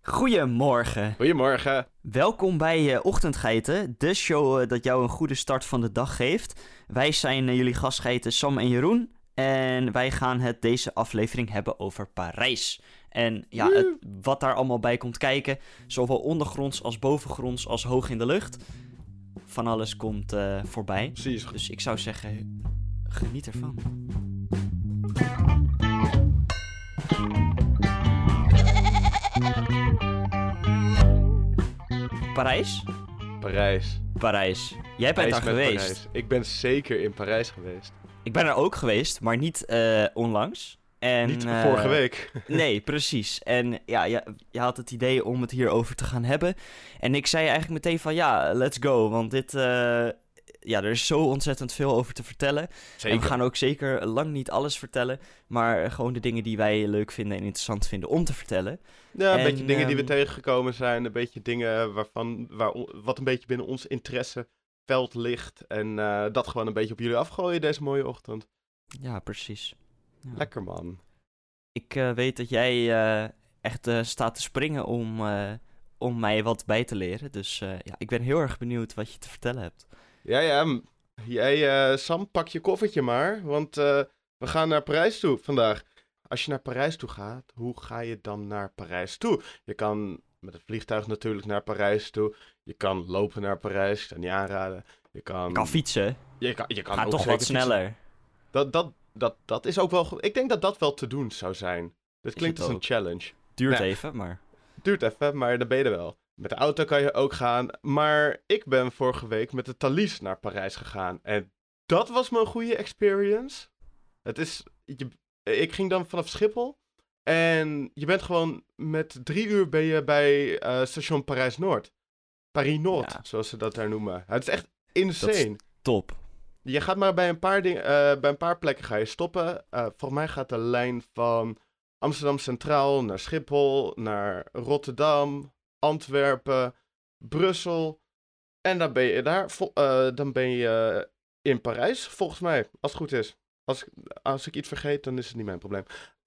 Goedemorgen. Goedemorgen. Welkom bij Ochtendgeiten, de show dat jou een goede start van de dag geeft. Wij zijn jullie gastgeiten Sam en Jeroen en wij gaan het deze aflevering hebben over Parijs. En ja, wat daar allemaal bij komt kijken, zowel ondergronds als bovengronds als hoog in de lucht. Van alles komt voorbij. Precies. Dus ik zou zeggen, geniet ervan. Parijs? Parijs. Jij bent daar met geweest. Parijs. Ik ben zeker in Parijs geweest. Ik ben er ook geweest, maar niet onlangs. En, Niet vorige week. Nee, precies. En ja, je had het idee om het hierover te gaan hebben. En ik zei eigenlijk meteen van ja, let's go. Want dit, er is zo ontzettend veel over te vertellen. Zeker. En we gaan ook zeker lang niet alles vertellen. Maar gewoon de dingen die wij leuk vinden en interessant vinden om te vertellen. Ja, een beetje dingen die we tegengekomen zijn. Een beetje dingen wat een beetje binnen ons interesseveld ligt. En dat gewoon een beetje op jullie afgooien deze mooie ochtend. Ja, precies. Ja. Lekker man. Ik weet dat jij echt staat te springen om mij wat bij te leren. Dus ik ben heel erg benieuwd wat je te vertellen hebt. Ja. Jij, Sam, pak je koffertje maar. Want we gaan naar Parijs toe vandaag. Als je naar Parijs toe gaat, hoe ga je dan naar Parijs toe? Je kan met het vliegtuig natuurlijk naar Parijs toe. Je kan lopen naar Parijs, ik kan niet aanraden. Je kan fietsen. Je kan Gaat ook toch zeker wat sneller. Dat is ook wel goed. Ik denk dat dat wel te doen zou zijn. Dit klinkt als een challenge. Duurt even, maar... Duurt even, maar dan ben je er wel. Met de auto kan je ook gaan. Maar ik ben vorige week met de Thalys naar Parijs gegaan. En dat was mijn goede experience. Ik ging dan vanaf Schiphol. En je bent gewoon met 3 uur ben je bij station Parijs-Noord. Paris-Noord, Ja. zoals ze dat daar noemen. Het is echt insane. Top. Je gaat maar bij een paar plekken ga je stoppen. Volgens mij gaat de lijn van Amsterdam Centraal naar Schiphol, naar Rotterdam, Antwerpen, Brussel. En dan ben je daar. Dan ben je in Parijs, volgens mij, als het goed is. Als ik iets vergeet, dan is het niet mijn probleem.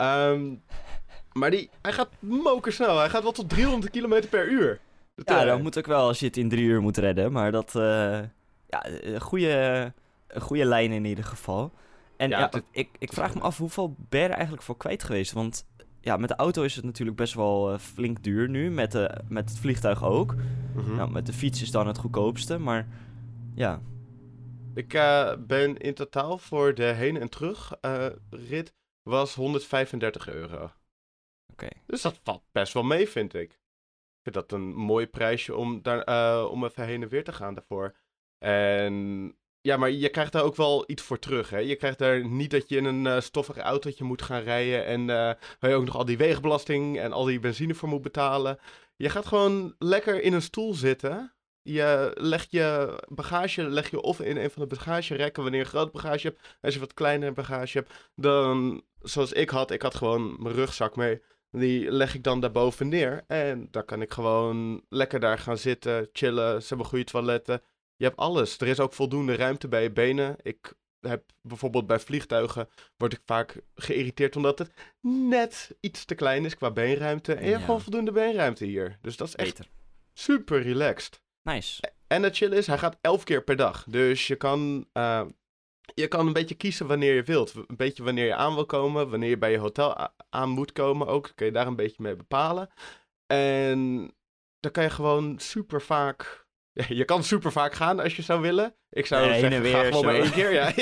Maar hij gaat mokersnel. Hij gaat wel tot 300 km per uur. Dat moet ook wel als je het in 3 uur moet redden. Maar dat... een goede lijn in ieder geval. En ik vraag me af, hoeveel ben je er eigenlijk voor kwijt geweest? Want ja, met de auto is het natuurlijk best wel flink duur nu. Met het vliegtuig ook. Mm-hmm. Nou, met de fiets is dan het goedkoopste, maar ja. Ik ben in totaal voor de heen- en terug rit was €135. Oké. Dus dat valt best wel mee, vind ik. Ik vind dat een mooi prijsje om even heen en weer te gaan daarvoor. En ja, maar je krijgt daar ook wel iets voor terug, hè. Je krijgt daar niet dat je in een stoffig autootje moet gaan rijden en waar je ook nog al die wegenbelasting en al die benzine voor moet betalen. Je gaat gewoon lekker in een stoel zitten. Je legt je bagage of in een van de bagagerekken wanneer je een groot bagage hebt. Als je wat kleiner bagage hebt, dan, zoals ik had gewoon mijn rugzak mee. Die leg ik dan daarboven neer. En daar kan ik gewoon lekker daar gaan zitten, chillen. Ze hebben goede toiletten. Je hebt alles. Er is ook voldoende ruimte bij je benen. Ik heb bijvoorbeeld bij vliegtuigen word ik vaak geïrriteerd omdat het net iets te klein is qua beenruimte. En je hebt gewoon voldoende beenruimte hier. Dus dat is echt Beter. super relaxed. Nice. En het chill is, hij gaat 11 keer per dag. Dus je kan een beetje kiezen wanneer je wilt. Een beetje wanneer je aan wil komen. Wanneer je bij je hotel aan moet komen ook. Kun je daar een beetje mee bepalen. En dan kan je gewoon super vaak... Ja, je kan super vaak gaan als je zou willen. Ik zou zeggen, ga gewoon maar 1 keer. Ja.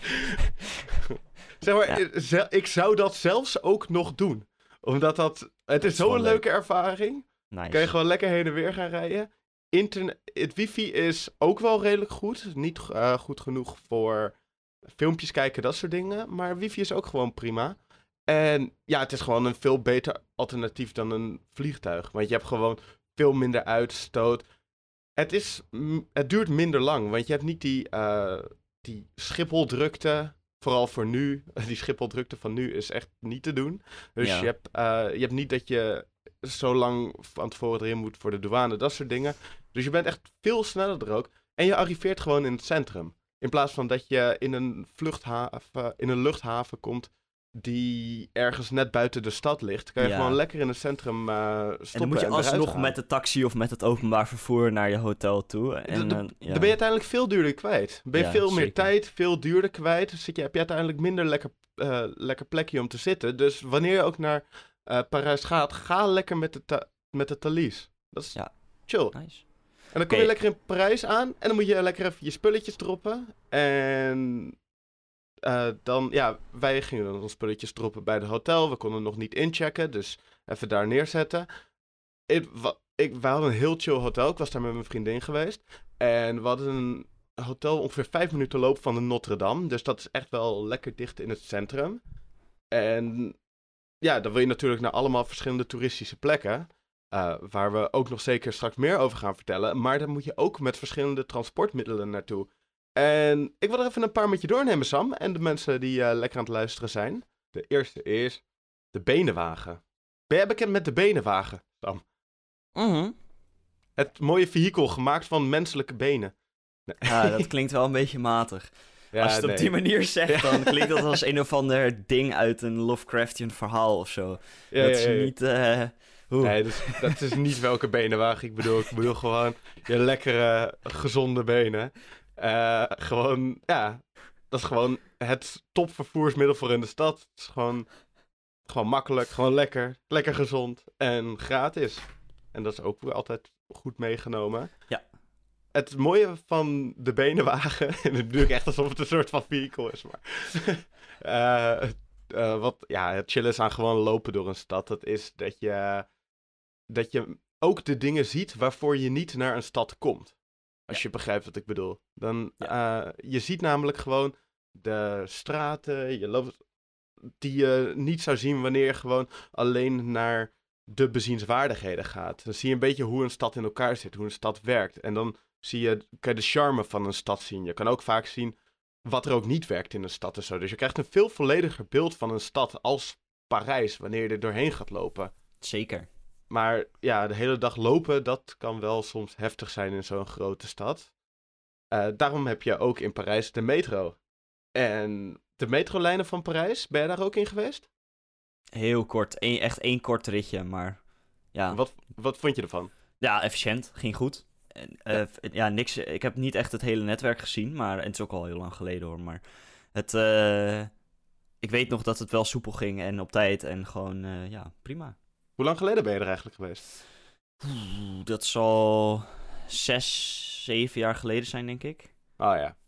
Zeg maar, ik zou dat zelfs ook nog doen. Omdat het is zo'n leuke ervaring. Nice. Kan je gewoon lekker heen en weer gaan rijden. Het wifi is ook wel redelijk goed. Niet goed genoeg voor filmpjes kijken, dat soort dingen. Maar wifi is ook gewoon prima. En ja, het is gewoon een veel beter alternatief dan een vliegtuig. Want je hebt gewoon veel minder uitstoot. Het duurt minder lang, want je hebt niet die Schipholdrukte. Vooral voor nu. Die Schipholdrukte van nu is echt niet te doen. Dus Ja. je hebt niet dat je zo lang van tevoren erin moet voor de douane, dat soort dingen. Dus je bent echt veel sneller er ook. En je arriveert gewoon in het centrum. In plaats van dat je in een luchthaven komt die ergens net buiten de stad ligt, kan je gewoon lekker in het centrum stoppen. En dan moet je alsnog met de taxi of met het openbaar vervoer naar je hotel toe. En, Dan ben je uiteindelijk veel duurder kwijt. Ben je veel meer tijd, veel duurder kwijt. Dus heb je uiteindelijk minder lekker plekje om te zitten. Dus wanneer je ook naar Parijs gaat, ga lekker met de Thalys. Dat is chill. Nice. En dan kom je lekker in Parijs aan en dan moet je lekker even je spulletjes droppen. En wij gingen dan onze spulletjes droppen bij het hotel. We konden nog niet inchecken, dus even daar neerzetten. We hadden een heel chill hotel. Ik was daar met mijn vriendin geweest. En we hadden een hotel ongeveer 5 minuten loop van de Notre Dame. Dus dat is echt wel lekker dicht in het centrum. En ja, dan wil je natuurlijk naar allemaal verschillende toeristische plekken. Waar we ook nog zeker straks meer over gaan vertellen. Maar dan moet je ook met verschillende transportmiddelen naartoe. En ik wil er even een paar met je doornemen, Sam. En de mensen die lekker aan het luisteren zijn. De eerste is de benenwagen. Ben jij bekend met de benenwagen, Sam? Het mooie vehikel gemaakt van menselijke benen. Nee. Ja, dat klinkt wel een beetje matig. Ja, als je het op die manier zegt, dan klinkt dat als een of ander ding uit een Lovecraftian verhaal of zo. Dat is niet... Nee, dat is niet welke benenwagen ik bedoel. Ik bedoel gewoon je lekkere, gezonde benen. Dat is gewoon het topvervoersmiddel voor in de stad. Het is gewoon makkelijk, gewoon lekker gezond en gratis. En dat is ook altijd goed meegenomen. Ja. Het mooie van de benenwagen, en dat bedoel ik echt alsof het een soort van vehicle is, maar... het chillen is aan gewoon lopen door een stad. Dat is dat je ook de dingen ziet waarvoor je niet naar een stad komt. Als je begrijpt wat ik bedoel. Dan, je ziet namelijk gewoon de straten, je loopt, die je niet zou zien wanneer je gewoon alleen naar de bezienswaardigheden gaat. Dan zie je een beetje hoe een stad in elkaar zit, hoe een stad werkt. En dan kan je de charme van een stad zien. Je kan ook vaak zien wat er ook niet werkt in een stad en zo. Dus je krijgt een veel vollediger beeld van een stad als Parijs, wanneer je er doorheen gaat lopen. Zeker. Maar ja, de hele dag lopen, dat kan wel soms heftig zijn in zo'n grote stad. Daarom heb je ook in Parijs de metro. En de metrolijnen van Parijs, ben je daar ook in geweest? Heel kort. Echt één kort ritje, maar ja. Wat vond je ervan? Ja, efficiënt. Ging goed. Niks. Ik heb niet echt het hele netwerk gezien, maar en het is ook al heel lang geleden hoor. Maar ik weet nog dat het wel soepel ging en op tijd en gewoon, prima. Hoe lang geleden ben je er eigenlijk geweest? Dat zal 6, 7 jaar geleden zijn, denk ik. Oh ja.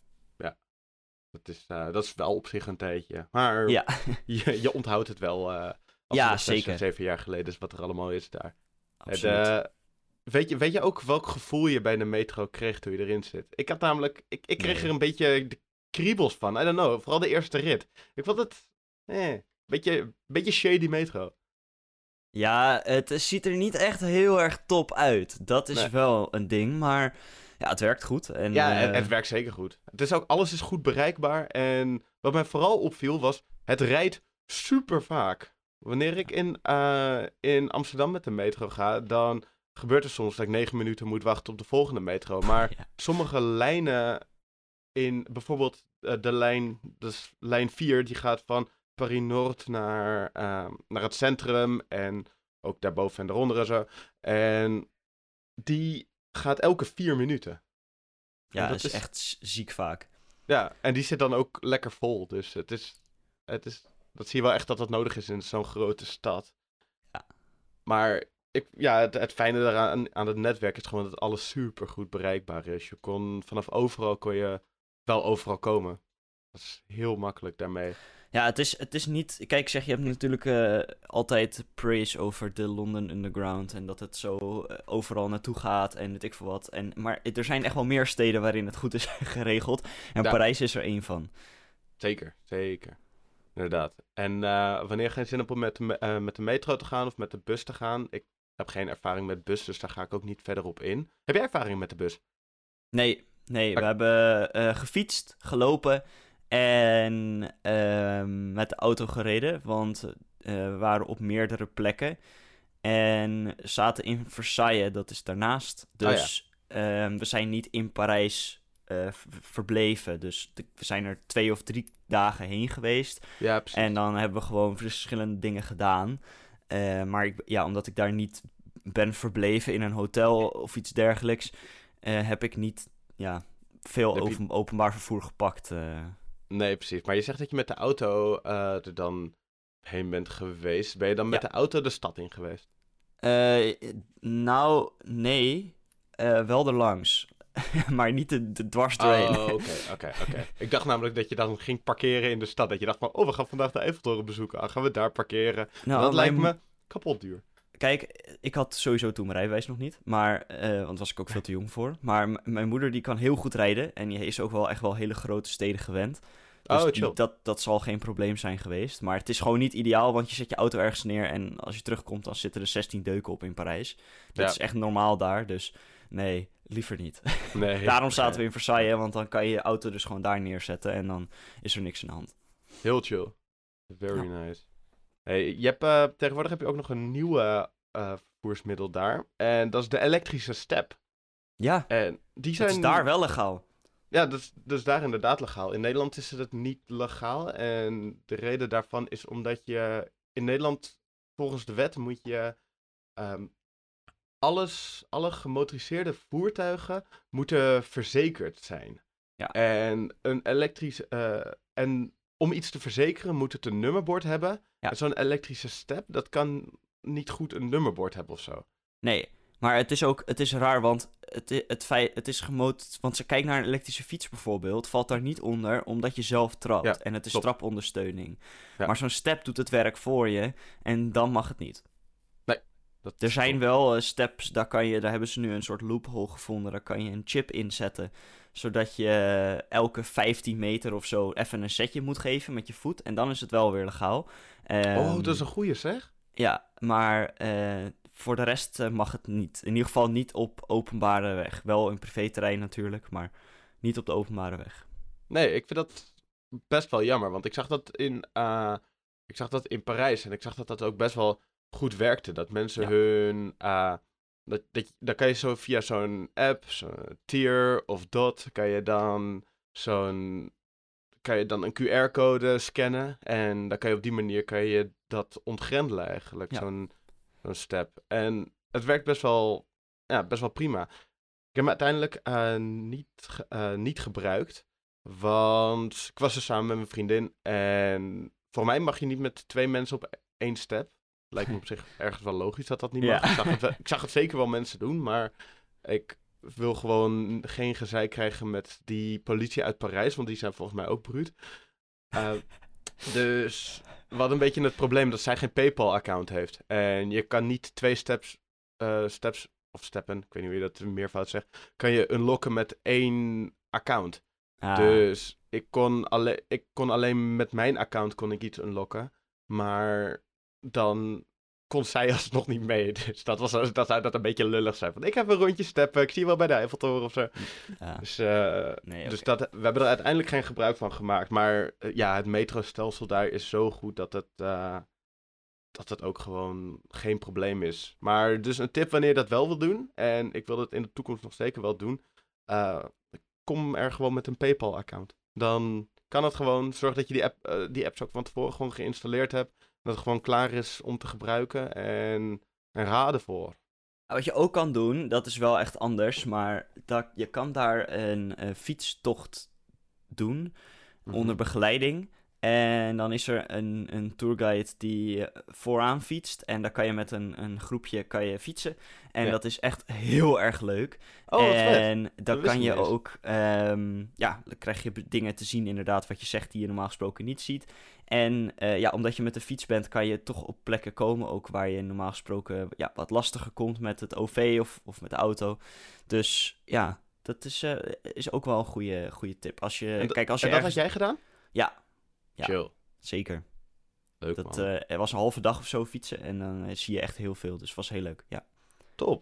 Dat is wel op zich een tijdje. Maar je onthoudt het wel. Als het zeker. 6, 7 jaar geleden is wat er allemaal is daar. Absoluut. Weet je ook welk gevoel je bij de metro kreeg toen je erin zit? Ik had namelijk... Ik kreeg er een beetje de kriebels van. I don't know. Vooral de eerste rit. Ik vond het... beetje shady metro. Ja, het ziet er niet echt heel erg top uit. Dat is wel een ding, maar ja, het werkt goed. En, het werkt zeker goed. Het is ook, alles is goed bereikbaar. En wat mij vooral opviel was, het rijdt super vaak. Wanneer ik in Amsterdam met de metro ga, dan gebeurt er soms dat ik 9 minuten moet wachten op de volgende metro. Maar sommige lijnen bijvoorbeeld de lijn, dus lijn 4, die gaat van Paris-Noord naar het centrum en ook daarboven en daaronder en zo. En die gaat elke 4 minuten. Ja, dat is echt ziek vaak. Ja, en die zit dan ook lekker vol. Dus dat zie je wel echt dat dat nodig is in zo'n grote stad. Ja. Maar het fijne daaraan aan het netwerk is gewoon dat alles super goed bereikbaar is. Vanaf overal kon je wel overal komen. Dat is heel makkelijk daarmee. Ja, het is niet... Kijk, je hebt natuurlijk altijd praise over de London Underground en dat het zo overal naartoe gaat en weet ik veel wat. Maar er zijn echt wel meer steden waarin het goed is geregeld. En Parijs is er één van. Zeker. Inderdaad. En wanneer je geen zin hebt om met de metro te gaan of met de bus te gaan? Ik heb geen ervaring met bus, dus daar ga ik ook niet verder op in. Heb jij ervaring met de bus? Nee, we hebben gefietst, gelopen en met de auto gereden, want we waren op meerdere plekken en zaten in Versailles, dat is daarnaast. Dus we zijn niet in Parijs verbleven. Dus we zijn er 2 of 3 dagen heen geweest. Ja, precies. En dan hebben we gewoon verschillende dingen gedaan. Maar omdat ik daar niet ben verbleven in een hotel of iets dergelijks, heb ik niet veel openbaar vervoer gepakt. Nee, precies. Maar je zegt dat je met de auto er dan heen bent geweest. Ben je dan met de auto de stad in geweest? Nou, nee. Wel erlangs. Maar niet de dwars doorheen. Oh, oké. Ik dacht namelijk dat je dan ging parkeren in de stad. Dat je dacht van, we gaan vandaag de Eiffeltoren bezoeken. Gaan we daar parkeren? Nou, dat lijkt me kapot duur. Kijk, ik had sowieso toen mijn rijbewijs nog niet. Maar, want was ik ook veel te jong voor. Maar mijn moeder die kan heel goed rijden. En die is ook wel echt wel hele grote steden gewend. Dus chill. Dat zal geen probleem zijn geweest. Maar het is gewoon niet ideaal, want je zet je auto ergens neer en als je terugkomt, dan zitten er 16 deuken op in Parijs. Dat is echt normaal daar, dus nee, liever niet. Nee, Daarom zaten we in Versailles, want dan kan je je auto dus gewoon daar neerzetten en dan is er niks aan de hand. Heel chill. Very nice. Hey, tegenwoordig heb je ook nog een nieuwe vervoersmiddel daar. En dat is de elektrische step. Ja, en die dat is daar wel legaal. Ja, dat is daar inderdaad legaal. In Nederland is het niet legaal. En de reden daarvan is omdat je in Nederland, volgens de wet, moet je alle gemotoriseerde voertuigen moeten verzekerd zijn. Ja. En en om iets te verzekeren moet het een nummerbord hebben. Ja. En zo'n elektrische step, dat kan niet goed een nummerbord hebben of zo. Nee, maar het is raar, want het is want ze kijkt naar een elektrische fiets bijvoorbeeld, valt daar niet onder, omdat je zelf trapt. Ja, en het is klopt. trapondersteuning. Ja. Maar zo'n step doet het werk voor je en dan mag het niet. Nee. Er zijn wel steps, daar hebben ze nu een soort loophole gevonden, daar kan je een chip inzetten, zodat je elke 15 meter of zo even een setje moet geven met je voet. En dan is het wel weer legaal. Dat is een goeie zeg. Ja, maar voor de rest mag het niet. In ieder geval niet op openbare weg. Wel in privéterrein natuurlijk, maar niet op de openbare weg. Nee, ik vind dat best wel jammer. Want ik zag dat in Parijs. En ik zag dat ook best wel goed werkte. Dat mensen hun... Dan kan je zo via zo'n app, zo'n Tier of Dot, kan je dan een QR-code scannen. En dan kan je op die manier dat ontgrendelen eigenlijk. Ja. Zo'n step. En het werkt best wel prima. Ik heb hem uiteindelijk niet gebruikt. Want ik was er samen met mijn vriendin. En voor mij mag je niet met 2 mensen op 1 step. Lijkt me op zich ergens wel logisch dat niet mag. Ik zag het zeker wel mensen doen, maar ik wil gewoon geen gezeik krijgen met die politie uit Parijs, want die zijn volgens mij ook bruut. Dus we hadden een beetje het probleem dat zij geen PayPal-account heeft. En je kan niet 2 steppen, ik weet niet hoe je dat in meervoud zegt, kan je unlocken met 1 account. Dus ik kon alleen met mijn account kon ik iets unlocken, maar dan kon zij alsnog niet mee. Dus dat zou dat een beetje lullig zijn. Van, ik heb een rondje steppen, ik zie je wel bij de Eiffeltoren of zo. Ja. Dus, dus we hebben er uiteindelijk geen gebruik van gemaakt. Maar het metrostelsel daar is zo goed dat het ook gewoon geen probleem is. Maar dus een tip wanneer je dat wel wil doen, en ik wil het in de toekomst nog zeker wel doen, kom er gewoon met een PayPal-account. Dan kan het gewoon, zorg dat je die apps ook van tevoren gewoon geïnstalleerd hebt. Dat het gewoon klaar is om te gebruiken en raden voor. Wat je ook kan doen, dat is wel echt anders, maar je kan daar een fietstocht doen onder begeleiding. En dan is er een tourguide die vooraan fietst. En daar kan je met een groepje fietsen. En dat is echt heel erg leuk. En dan kan je ook... dan krijg je dingen te zien inderdaad wat je zegt die je normaal gesproken niet ziet. En omdat je met de fiets bent, kan je toch op plekken komen. Ook waar je normaal gesproken wat lastiger komt met het OV of met de auto. Dus ja, dat is ook wel een goede tip. Als je dat had jij gedaan? Ja. Chill. Zeker. Leuk, man. Er was een halve dag of zo fietsen en dan zie je echt heel veel. Dus het was heel leuk, ja. Top.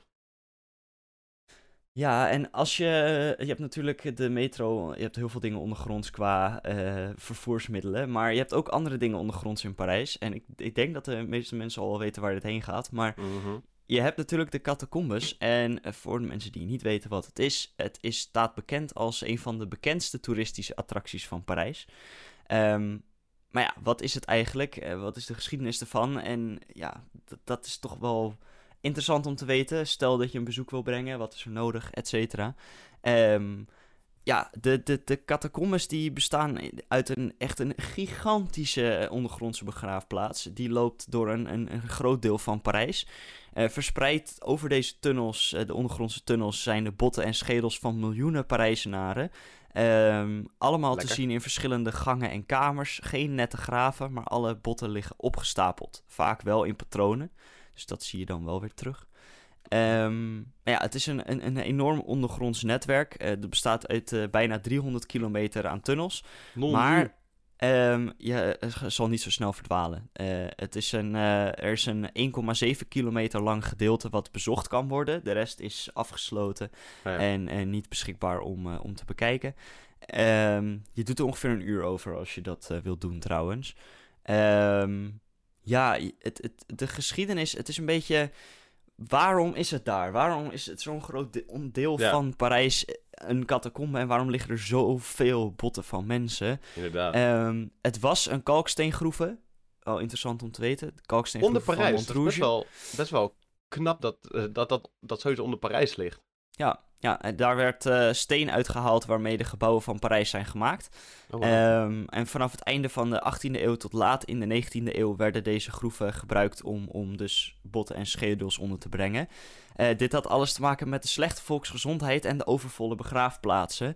Ja, en als je hebt natuurlijk de metro, je hebt heel veel dingen ondergronds qua vervoersmiddelen. Maar je hebt ook andere dingen ondergronds in Parijs. En ik denk dat de meeste mensen al wel weten waar dit heen gaat. Maar je hebt natuurlijk de catacombes. En voor de mensen die niet weten wat staat bekend als een van de bekendste toeristische attracties van Parijs. Maar ja, wat is het eigenlijk? Wat is de geschiedenis ervan? En ja, dat is toch wel interessant om te weten. Stel dat je een bezoek wil brengen, wat is er nodig, et cetera. Ja, de catacombes die bestaan uit echt een gigantische ondergrondse begraafplaats. Die loopt door een groot deel van Parijs. Verspreid over deze tunnels, de ondergrondse tunnels, zijn de botten en schedels van miljoenen Parijzenaren. Allemaal Lekker. te zien in verschillende gangen en kamers. Geen nette graven, maar alle botten liggen opgestapeld. Vaak wel in patronen, dus dat zie je dan wel weer terug. Maar ja, het is een enorm ondergronds netwerk. Het bestaat uit bijna 300 kilometer aan tunnels. Maar je zal niet zo snel verdwalen. Er is een 1,7 kilometer lang gedeelte wat bezocht kan worden. De rest is afgesloten en niet beschikbaar om te bekijken. Je doet er ongeveer een uur over als je dat wilt doen trouwens. Ja, de geschiedenis, het is een beetje... Waarom is het daar? Waarom is het zo'n groot deel van Parijs een catacombe en waarom liggen er zoveel botten van mensen? Inderdaad. Het was een kalksteengroeve. Wel interessant om te weten. De kalksteengroeve Onder Parijs, van dat is Montrouge. best wel knap dat zoiets onder Parijs ligt. Ja, en daar werd steen uitgehaald waarmee de gebouwen van Parijs zijn gemaakt. Oh, wow. En vanaf het einde van de 18e eeuw tot laat in de 19e eeuw werden deze groeven gebruikt om dus botten en schedels onder te brengen. Dit had alles te maken met de slechte volksgezondheid en de overvolle begraafplaatsen.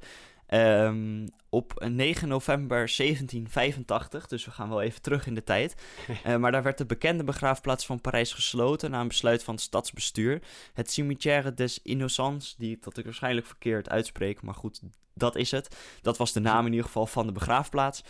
Op 9 november 1785, dus we gaan wel even terug in de tijd. Maar daar werd de bekende begraafplaats van Parijs gesloten na een besluit van het stadsbestuur. Het Cimetière des Innocents, dat ik waarschijnlijk verkeerd uitspreek, maar goed, dat is het. Dat was de naam in ieder geval van de begraafplaats.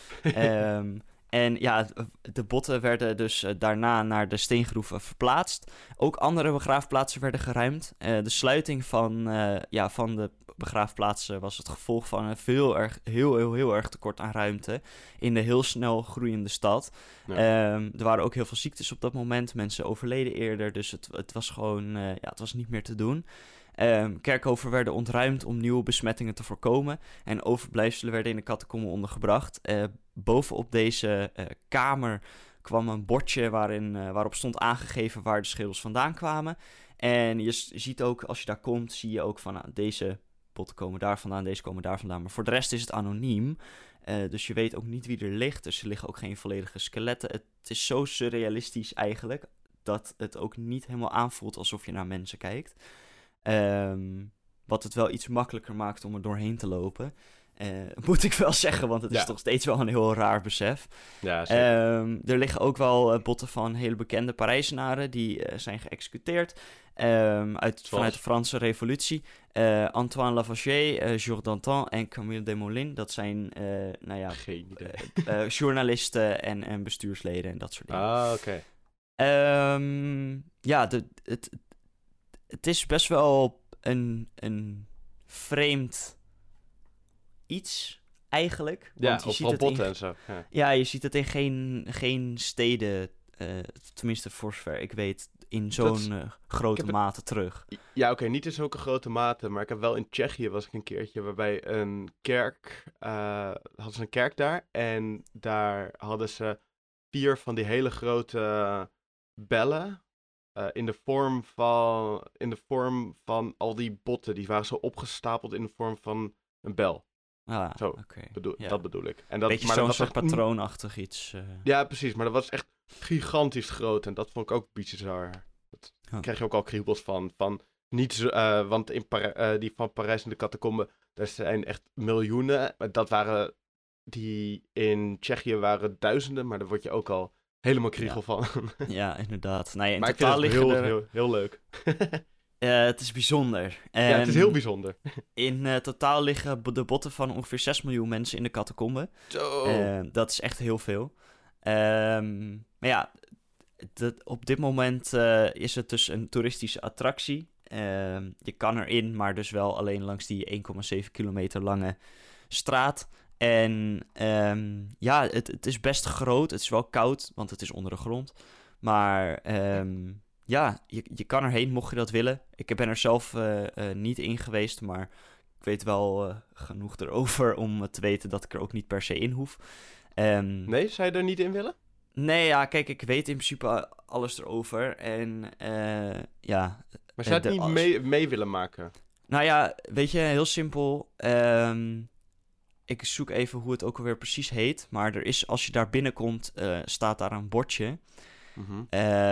En ja, de botten werden dus daarna naar de steengroeven verplaatst. Ook andere begraafplaatsen werden geruimd. De sluiting van de begraafplaatsen was het gevolg van een heel erg tekort aan ruimte in de heel snel groeiende stad. Ja. Er waren ook heel veel ziektes op dat moment. Mensen overleden eerder, dus het was gewoon het was niet meer te doen. Kerkhoven werden ontruimd om nieuwe besmettingen te voorkomen. En overblijfselen werden in de catacomben ondergebracht. Bovenop deze kamer kwam een bordje waarop stond aangegeven waar de schedels vandaan kwamen. En je ziet ook, als je daar komt, zie je ook van deze botten komen daar vandaan, deze komen daar vandaan. Maar voor de rest is het anoniem. Dus je weet ook niet wie er ligt. Dus er liggen ook geen volledige skeletten. Het is zo surrealistisch eigenlijk dat het ook niet helemaal aanvoelt alsof je naar mensen kijkt. Wat het wel iets makkelijker maakt om er doorheen te lopen. Moet ik wel zeggen, want het is toch steeds wel een heel raar besef. Ja, zeker. Er liggen ook wel botten van hele bekende Parijzenaren die zijn geëxecuteerd. Vanuit de Franse Revolutie. Antoine Lavoisier, Georges Danton en Camille Desmoulins. Dat zijn Geen idee. journalisten en bestuursleden en dat soort dingen. Ah, oké. Het is best wel een vreemd iets, eigenlijk. Want je ziet op het botten en zo. Ja. Ja, je ziet het in geen steden, tenminste voor zover ik weet, in zo'n grote mate terug. Ja, oké, niet in zulke grote mate, maar ik heb wel in Tsjechië was ik een keertje waarbij hadden ze een kerk daar en daar hadden ze 4 van die hele grote bellen in de vorm van al die botten. Die waren zo opgestapeld in de vorm van een bel. Ah, Zo, oké. dat bedoel ik. En Beetje maar zo'n dat was soort patroonachtig iets. Ja, precies, maar dat was echt gigantisch groot en dat vond ik ook bizar. Daar krijg je ook al kriebels van niet zo, want die van Parijs en de catacomben, daar zijn echt miljoenen. Die in Tsjechië waren duizenden, maar daar word je ook al helemaal kriegel van. Ja, inderdaad. Nou ja, in maar totaal ik vind het liggen heel leuk. het is bijzonder. Ja, het is heel bijzonder. In totaal liggen de botten van ongeveer 6 miljoen mensen in de catacomben. Zo. Dat is echt heel veel. Maar ja, op dit moment is het dus een toeristische attractie. Je kan erin, maar dus wel alleen langs die 1,7 kilometer lange straat. En het is best groot. Het is wel koud, want het is onder de grond. Maar ja, je kan erheen mocht je dat willen. Ik ben er zelf niet in geweest, maar ik weet wel genoeg erover om te weten dat ik er ook niet per se in hoef. Nee, zou je er niet in willen? Nee, ja, kijk, ik weet in principe alles erover. En ja... Maar zou je het niet mee willen maken? Nou ja, weet je, heel simpel. Ik zoek even hoe het ook alweer precies heet. Maar er is, als je daar binnenkomt, staat daar een bordje. Mhm.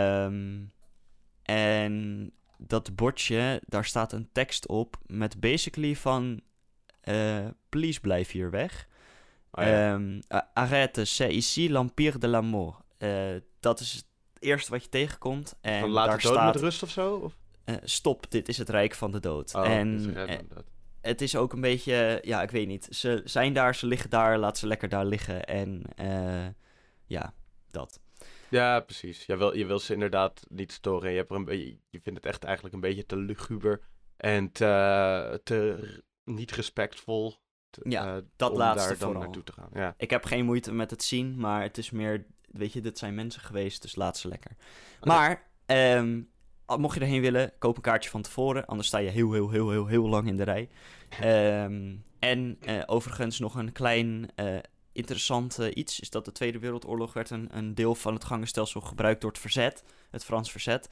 En dat bordje, daar staat een tekst op met basically van... please blijf hier weg. Oh, ja. Arrête, c'est ici l'Empire de la Mort. Dat is het eerste wat je tegenkomt. En Van laat daar de dood staat... met rust of zo? Of? Stop, dit is het Rijk van de Dood. Oh, en dit is het Rijk van de Dood. het is ook een beetje... Ja, ik weet niet. Ze zijn daar, ze liggen daar, laat ze lekker daar liggen. En ja, dat. Ja, precies. Je wil ze inderdaad niet storen. Je vindt het echt eigenlijk een beetje te luguber en te niet respectvol dat om laatste daar dan vooral. naartoe te gaan. Ja. Ik heb geen moeite met het zien, maar het is meer... Weet je, dit zijn mensen geweest, dus laat ze lekker. Maar, mocht je erheen willen, koop een kaartje van tevoren. Anders sta je heel lang in de rij. En overigens nog een klein... interessant iets is dat de Tweede Wereldoorlog werd een deel van het gangenstelsel gebruikt door het verzet, het Frans verzet.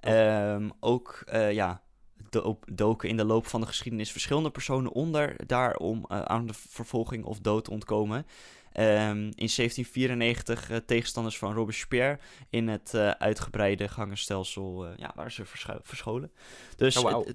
Doken in de loop van de geschiedenis verschillende personen onder daar om aan de vervolging of dood te ontkomen. In 1794 tegenstanders van Robespierre in het uitgebreide gangenstelsel waren ze verscholen. Dus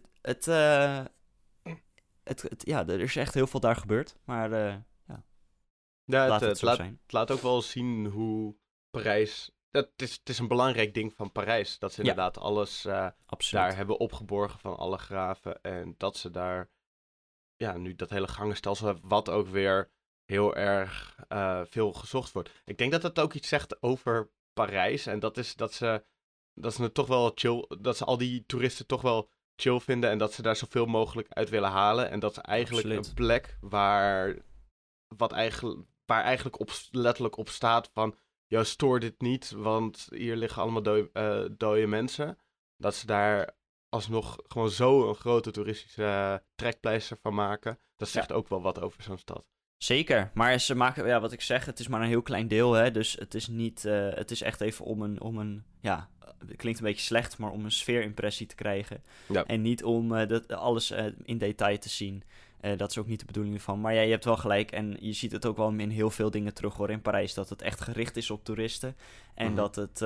er is echt heel veel daar gebeurd, maar... Ja, het laat ook wel zien hoe Parijs... Het is een belangrijk ding van Parijs. Dat ze inderdaad alles daar hebben opgeborgen van alle graven. En dat ze daar nu dat hele gangenstelsel hebben. Wat ook weer heel erg veel gezocht wordt. Ik denk dat het ook iets zegt over Parijs. En dat is dat ze het toch wel chill... Dat ze al die toeristen toch wel chill vinden. En dat ze daar zoveel mogelijk uit willen halen. En dat is eigenlijk een plek waar eigenlijk letterlijk op staat van... stoor dit niet, want hier liggen allemaal dode mensen. Dat ze daar alsnog gewoon zo een grote toeristische trekpleister van maken. Dat zegt ook wel wat over zo'n stad. Zeker, maar ze maken, wat ik zeg, het is maar een heel klein deel, hè. Dus het is niet, het is echt even om een het klinkt een beetje slecht, maar om een sfeerimpressie te krijgen. Ja. En niet om alles in detail te zien. Dat is ook niet de bedoeling ervan. Maar ja, je hebt wel gelijk. En je ziet het ook wel in heel veel dingen terug hoor in Parijs. Dat het echt gericht is op toeristen. En dat het...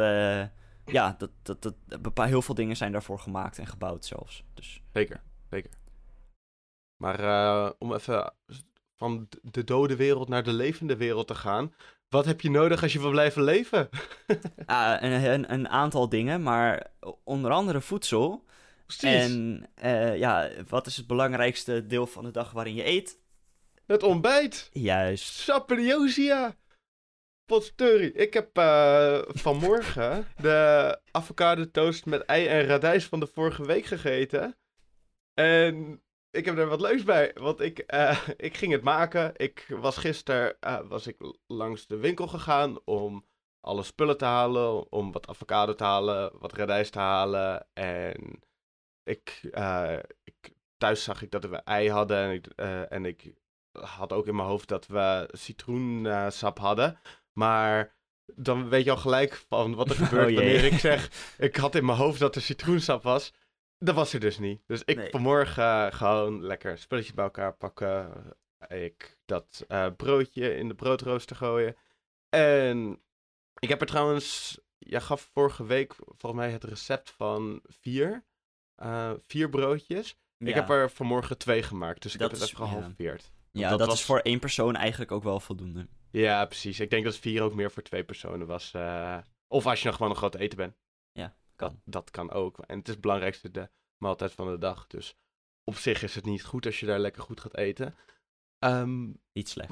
heel veel dingen zijn daarvoor gemaakt en gebouwd zelfs. Dus. Zeker. Maar om even van de dode wereld naar de levende wereld te gaan... Wat heb je nodig als je wil blijven leven? Een aantal dingen, maar onder andere voedsel... Precies. En wat is het belangrijkste deel van de dag waarin je eet? Het ontbijt. Juist. Saperiosia. Potverdorie. Ik heb vanmorgen de avocado toast met ei en radijs van de vorige week gegeten. En ik heb er wat leuks bij. Want ik ging het maken. Ik was gisteren langs de winkel gegaan om alle spullen te halen. Om wat avocado te halen, wat radijs te halen. En... thuis zag ik dat we ei hadden en ik had ook in mijn hoofd dat we citroensap hadden. Maar dan weet je al gelijk van wat er gebeurt wanneer ik zeg... Ik had in mijn hoofd dat er citroensap was. Dat was er dus niet. Dus ik vanmorgen gewoon lekker spulletjes bij elkaar pakken. Ik dat broodje in de broodrooster gooien. En ik heb er trouwens... Jij gaf vorige week volgens mij het recept van 4 broodjes. Ja. Ik heb er vanmorgen 2 gemaakt, dus ik heb het even gehalveerd. Ja, dat is voor 1 persoon eigenlijk ook wel voldoende. Ja, precies. Ik denk dat 4 ook meer voor 2 personen was. Of als je nog gewoon een groot eten bent. Ja, kan. Dat kan ook. En het is het belangrijkste de maaltijd van de dag. Dus op zich is het niet goed als je daar lekker goed gaat eten. Niet slecht.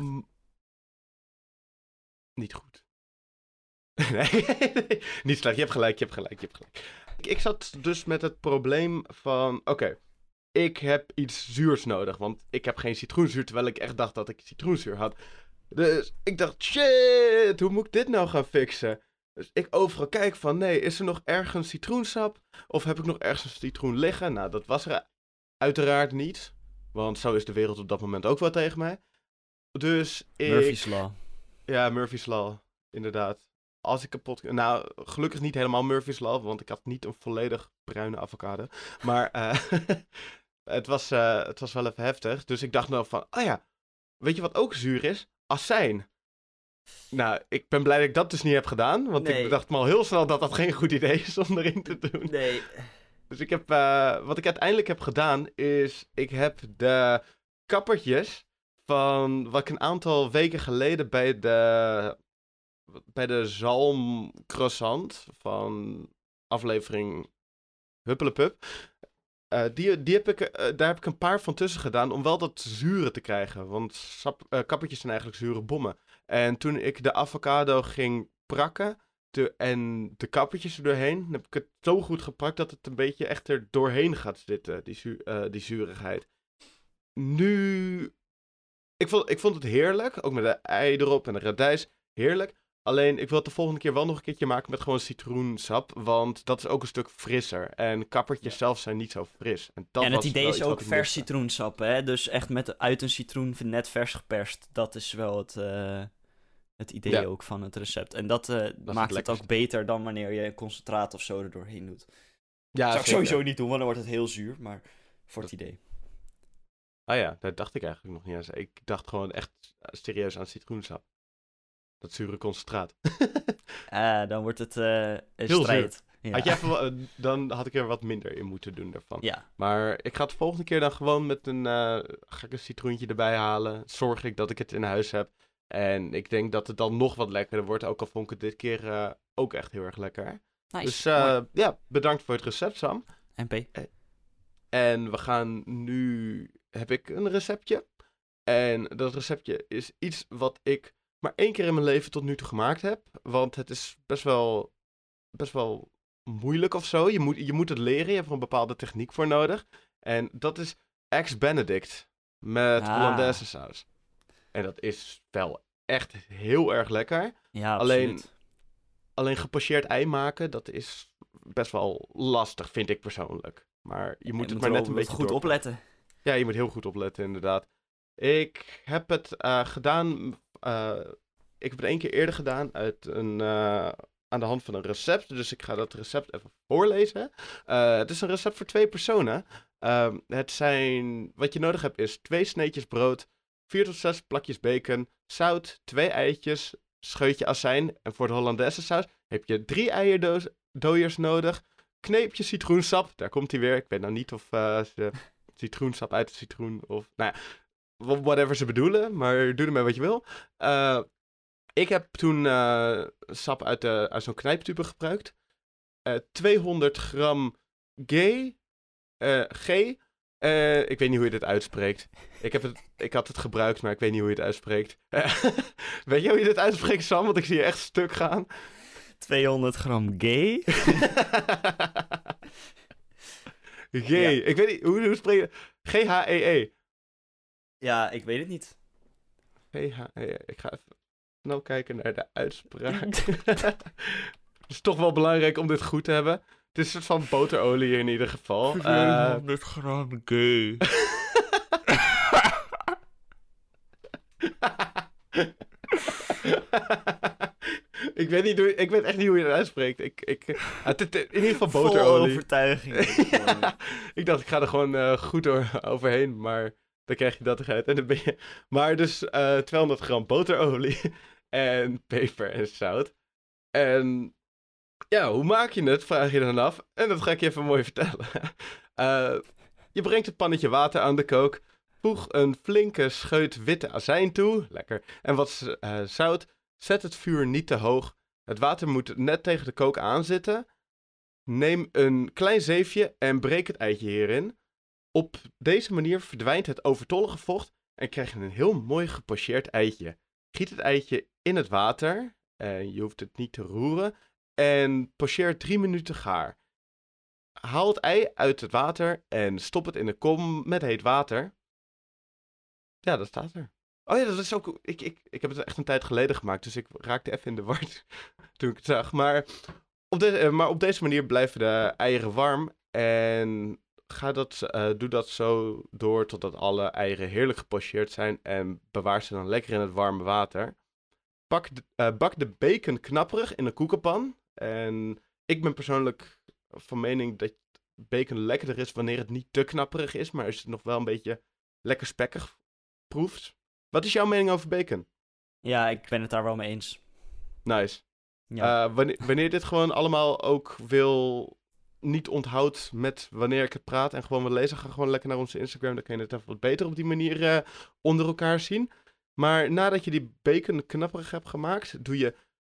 Niet goed. Nee, niet slecht. Je hebt gelijk. Ik zat dus met het probleem van... Oké, ik heb iets zuurs nodig. Want ik heb geen citroenzuur, terwijl ik echt dacht dat ik citroenzuur had. Dus ik dacht, shit, hoe moet ik dit nou gaan fixen? Dus ik overal kijk van, nee, is er nog ergens citroensap? Of heb ik nog ergens een citroen liggen? Nou, dat was er uiteraard niet. Want zo is de wereld op dat moment ook wel tegen mij. Dus Murphy's Law. Ja, Murphy's Law, inderdaad. Als ik Nou, gelukkig niet helemaal Murphy's Law, want ik had niet een volledig bruine avocado. Maar het was wel even heftig. Dus ik dacht nou van, oh ja, weet je wat ook zuur is? Azijn. Nou, ik ben blij dat ik dat dus niet heb gedaan. Want ik dacht me al heel snel dat dat geen goed idee is om erin te doen. Nee. Dus ik heb, wat ik uiteindelijk heb gedaan, is ik heb de kappertjes van wat ik een aantal weken geleden bij de Zalm croissant van aflevering Huppelepup. Daar heb ik een paar van tussen gedaan om wel dat zure te krijgen. Want kappertjes zijn eigenlijk zure bommen. En toen ik de avocado ging prakken en de kappertjes er doorheen, heb ik het zo goed geprakt dat het een beetje echt er doorheen gaat zitten, die zurigheid. Nu, ik vond het heerlijk, ook met de ei erop en de radijs, heerlijk. Alleen, ik wil het de volgende keer wel nog een keertje maken met gewoon citroensap. Want dat is ook een stuk frisser. En kappertjes zelf zijn niet zo fris. En het idee is ook vers citroensap, hè? Dus echt uit een citroen net vers geperst. Dat is wel het idee ook van het recept. En dat maakt het ook beter dan wanneer je een concentraat of zo er doorheen doet. Ja, zou ik sowieso niet doen, want dan wordt het heel zuur. Maar voor het idee. Ah ja, daar dacht ik eigenlijk nog niet aan. Ik dacht gewoon echt serieus aan citroensap. Dat zure concentraat. Dan wordt het een heel strijd. Ja. Dan had ik er wat minder in moeten doen daarvan. Ja. Maar ik ga het de volgende keer dan gewoon met ga ik een citroentje erbij halen. Zorg ik dat ik het in huis heb. En ik denk dat het dan nog wat lekkerder wordt. Ook al vond ik het dit keer ook echt heel erg lekker. Nice. Dus bedankt voor het recept, Sam. MP. En we gaan nu... Heb ik een receptje. En dat receptje is iets wat ik maar 1 keer in mijn leven tot nu toe gemaakt heb. Want het is best wel moeilijk of zo. Je moet het leren. Je hebt er een bepaalde techniek voor nodig. En dat is Eggs Benedict. Met Hollandaise saus. En dat is wel echt heel erg lekker. Ja, alleen gepocheerd ei maken, dat is best wel lastig, vind ik persoonlijk. Maar je moet het maar net een beetje goed opletten. Ja, je moet heel goed opletten, inderdaad. Ik heb het gedaan... ik heb het 1 keer eerder gedaan aan de hand van een recept. Dus ik ga dat recept even voorlezen. Het is een recept voor 2 personen. Wat je nodig hebt is 2 sneetjes brood, 4 tot 6 plakjes bacon, zout, 2 eitjes, scheutje azijn. En voor de Hollandaise saus heb je 3 eierdooiers nodig, kneepje citroensap. Daar komt hij weer. Ik weet nou niet of ze citroensap uit de citroen of... Nou ja, whatever ze bedoelen, maar doe ermee wat je wil. Ik heb toen sap uit zo'n knijptube gebruikt. 200 gram G. Ik weet niet hoe je dit uitspreekt. Ik had het gebruikt, maar ik weet niet hoe je het uitspreekt. Weet je hoe je dit uitspreekt, Sam? Want ik zie je echt stuk gaan. 200 gram gay? Gay. Ja. Ik weet niet, hoe spreek je... G-H-E-E. Ja, ik weet het niet. G-H-E-E. Ik ga even snel kijken naar de uitspraak. Het is toch wel belangrijk om dit goed te hebben. Het is een soort van boterolie in ieder geval. 200 gram gay. Ik weet echt niet hoe je dat uitspreekt. Het is in ieder geval boterolie. Vol overtuiging. Ik dacht, ik ga er gewoon goed overheen, maar dan krijg je dat eruit. En dan ben je... Maar dus 200 gram boterolie en peper en zout. En ja, hoe maak je het, vraag je dan af. En dat ga ik je even mooi vertellen. Je brengt het pannetje water aan de kook. Voeg een flinke scheut witte azijn toe. Lekker. En wat zout. Zet het vuur niet te hoog. Het water moet net tegen de kook aanzitten. Neem een klein zeefje en breek het eitje hierin. Op deze manier verdwijnt het overtollige vocht en krijg je een heel mooi gepocheerd eitje. Giet het eitje in het water. Je hoeft het niet te roeren. En pocheer 3 minuten gaar. Haal het ei uit het water en stop het in een kom met heet water. Ja, dat staat er. Oh ja, dat is ook... Ik heb het echt een tijd geleden gemaakt, dus ik raakte even in de war toen ik het zag. Maar op deze manier blijven de eieren warm. En doe dat zo door totdat alle eieren heerlijk gepocheerd zijn. En bewaar ze dan lekker in het warme water. Bak de bacon knapperig in een koekenpan. En ik ben persoonlijk van mening dat bacon lekkerder is wanneer het niet te knapperig is. Maar als je het nog wel een beetje lekker spekkig proeft. Wat is jouw mening over bacon? Ja, ik ben het daar wel mee eens. Nice. Ja. Wanneer dit gewoon allemaal ook niet onthoudt met wanneer ik het praat en gewoon wil lezen, ga gewoon lekker naar onze Instagram. Dan kun je het even wat beter op die manier onder elkaar zien. Maar nadat je die bacon knapperig hebt gemaakt, doe je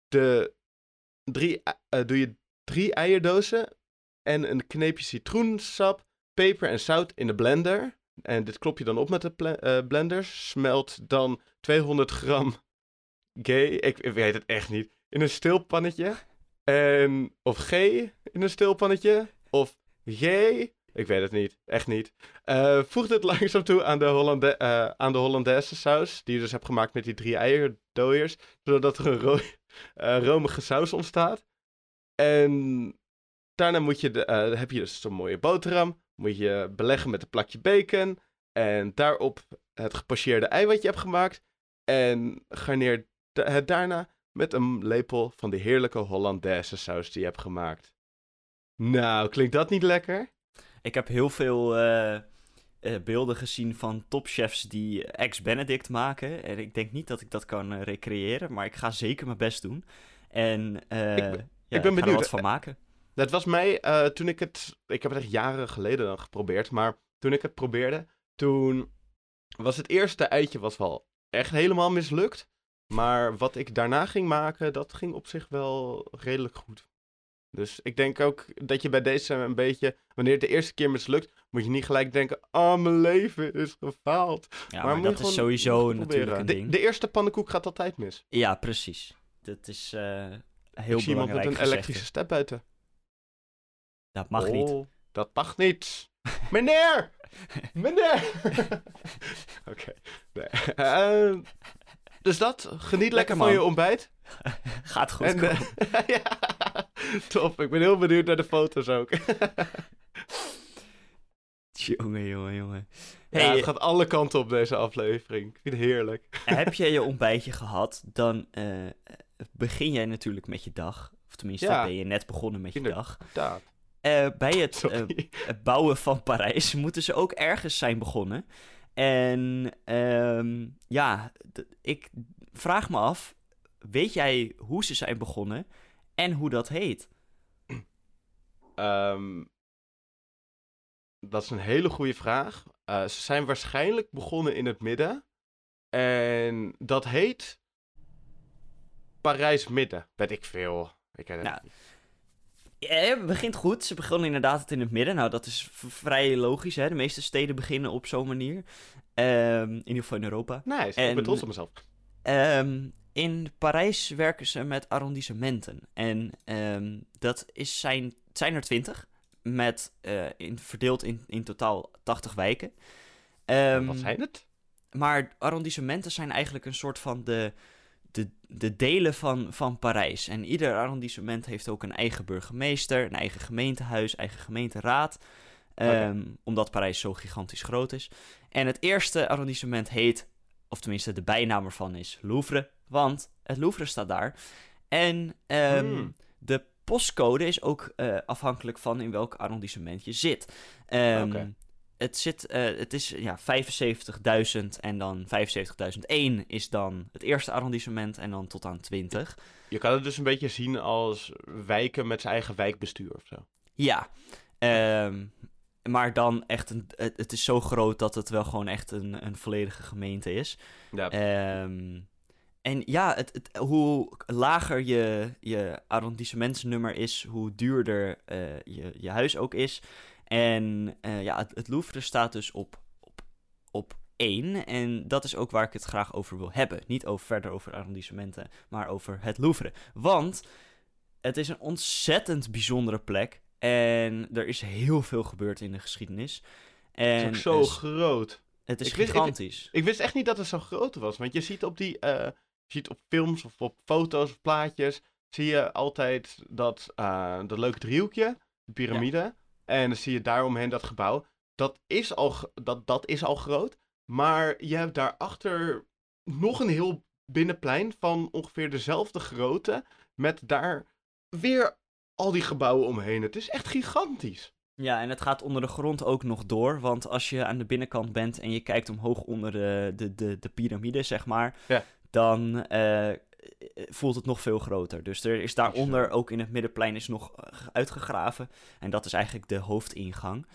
drie eierdozen en een kneepje citroensap, peper en zout in de blender. En dit klop je dan op met de blender. Smelt dan 200 gram ik weet het echt niet, in een stilpannetje. Of G in een stilpannetje. Of G, ik weet het niet, echt niet. Voeg dit langzaam toe aan de Hollandaise saus, die je dus hebt gemaakt met die 3 eierdooiers, zodat er een romige saus ontstaat. En daarna heb je dus zo'n mooie boterham, moet je beleggen met een plakje bacon. En daarop het gepocheerde ei wat je hebt gemaakt. En garneer het daarna met een lepel van de heerlijke Hollandaise saus die je hebt gemaakt. Nou, klinkt dat niet lekker? Ik heb heel veel beelden gezien van topchefs die Eggs Benedict maken. En ik denk niet dat ik dat kan recreëren, maar ik ga zeker mijn best doen. En ik ben ik ga er benieuwd. wat van maken. Dat was mij toen ik het... Ik heb het echt jaren geleden dan geprobeerd. Maar toen ik het probeerde, toen was het eerste eitje wel echt helemaal mislukt. Maar wat ik daarna ging maken, dat ging op zich wel redelijk goed. Dus ik denk ook dat je bij deze een beetje... Wanneer het de eerste keer mislukt, moet je niet gelijk denken... Oh, mijn leven is gefaald. Ja, maar dat is sowieso natuurlijk een ding. De eerste pannenkoek gaat altijd mis. Ja, precies. Dat is heel belangrijk. Ik zie iemand met een elektrische step buiten. Dat mag niet. Dat mag niet. Meneer! Meneer! Oké. Nee. Dus dat. Geniet lekker van je ontbijt. Gaat goed komen. Ja, top. Ik ben heel benieuwd naar de foto's ook. Jongen. Hey, het gaat alle kanten op deze aflevering. Ik vind het heerlijk. Heb je je ontbijtje gehad, dan begin jij natuurlijk met je dag. Of tenminste, ben je net begonnen met je dag. Bij het bouwen van Parijs moeten ze ook ergens zijn begonnen. En ik vraag me af, weet jij hoe ze zijn begonnen en hoe dat heet? Dat is een hele goede vraag. Ze zijn waarschijnlijk begonnen in het midden. En dat heet Parijs Midden. Weet ik veel. Ik ken het niet. Het begint goed. Ze begonnen inderdaad in het midden. Nou, dat is vrij logisch, hè. De meeste steden beginnen op zo'n manier. In ieder geval in Europa. Nice, ik ben trots op mezelf. In Parijs werken ze met arrondissementen. En dat zijn er 20. Verdeeld in totaal 80 wijken. Wat zijn het? Maar arrondissementen zijn eigenlijk een soort van de delen van Parijs. En ieder arrondissement heeft ook een eigen burgemeester, een eigen gemeentehuis, eigen gemeenteraad. Omdat Parijs zo gigantisch groot is. En het eerste arrondissement heet, of tenminste de bijnaam ervan is Louvre. Want het Louvre staat daar. En de postcode is ook afhankelijk van in welk arrondissement je zit. Het is 75.000 en dan 75.001 is dan het eerste arrondissement en dan tot aan 20. Je kan het dus een beetje zien als wijken met zijn eigen wijkbestuur of zo. Ja, maar dan echt het is zo groot dat het wel gewoon echt een volledige gemeente is. Ja. En ja, hoe lager je arrondissementsnummer is, hoe duurder je huis ook is. En het Louvre staat dus op 1. En dat is ook waar ik het graag over wil hebben. Niet verder over arrondissementen, maar over het Louvre. Want het is een ontzettend bijzondere plek. En er is heel veel gebeurd in de geschiedenis. En het is ook zo groot. Het is gigantisch. Ik wist echt niet dat het zo groot was. Want je ziet je ziet op films of op foto's of plaatjes, zie je altijd dat leuke driehoekje, de piramide. Ja. En dan zie je daaromheen dat gebouw. Dat is al groot. Maar je hebt daarachter nog een heel binnenplein van ongeveer dezelfde grootte. Met daar weer al die gebouwen omheen. Het is echt gigantisch. Ja, en het gaat onder de grond ook nog door. Want als je aan de binnenkant bent en je kijkt omhoog onder de piramide, zeg maar, ja, dan voelt het nog veel groter. Dus er is daaronder, ook in het middenplein, is nog uitgegraven. En dat is eigenlijk de hoofdingang.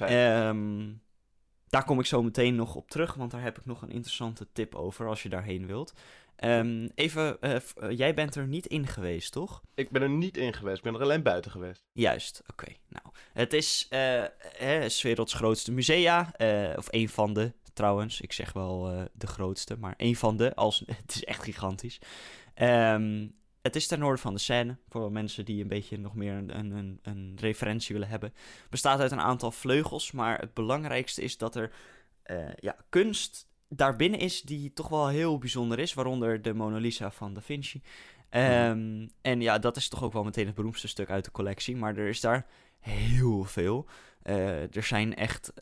Daar kom ik zo meteen nog op terug, want daar heb ik nog een interessante tip over als je daarheen wilt. Jij bent er niet in geweest, toch? Ik ben er niet in geweest, ik ben er alleen buiten geweest. Juist, oké. Nou, het is 's werelds grootste musea, of een van de, trouwens. Ik zeg wel de grootste, maar een van de, het is echt gigantisch. Het is ten noorden van de Seine, voor mensen die een beetje nog meer een referentie willen hebben. Het bestaat uit een aantal vleugels, maar het belangrijkste is dat er kunst daarbinnen is die toch wel heel bijzonder is, waaronder de Mona Lisa van Da Vinci. En ja, dat is toch ook wel meteen het beroemdste stuk uit de collectie, maar er is daar heel veel. Er zijn echt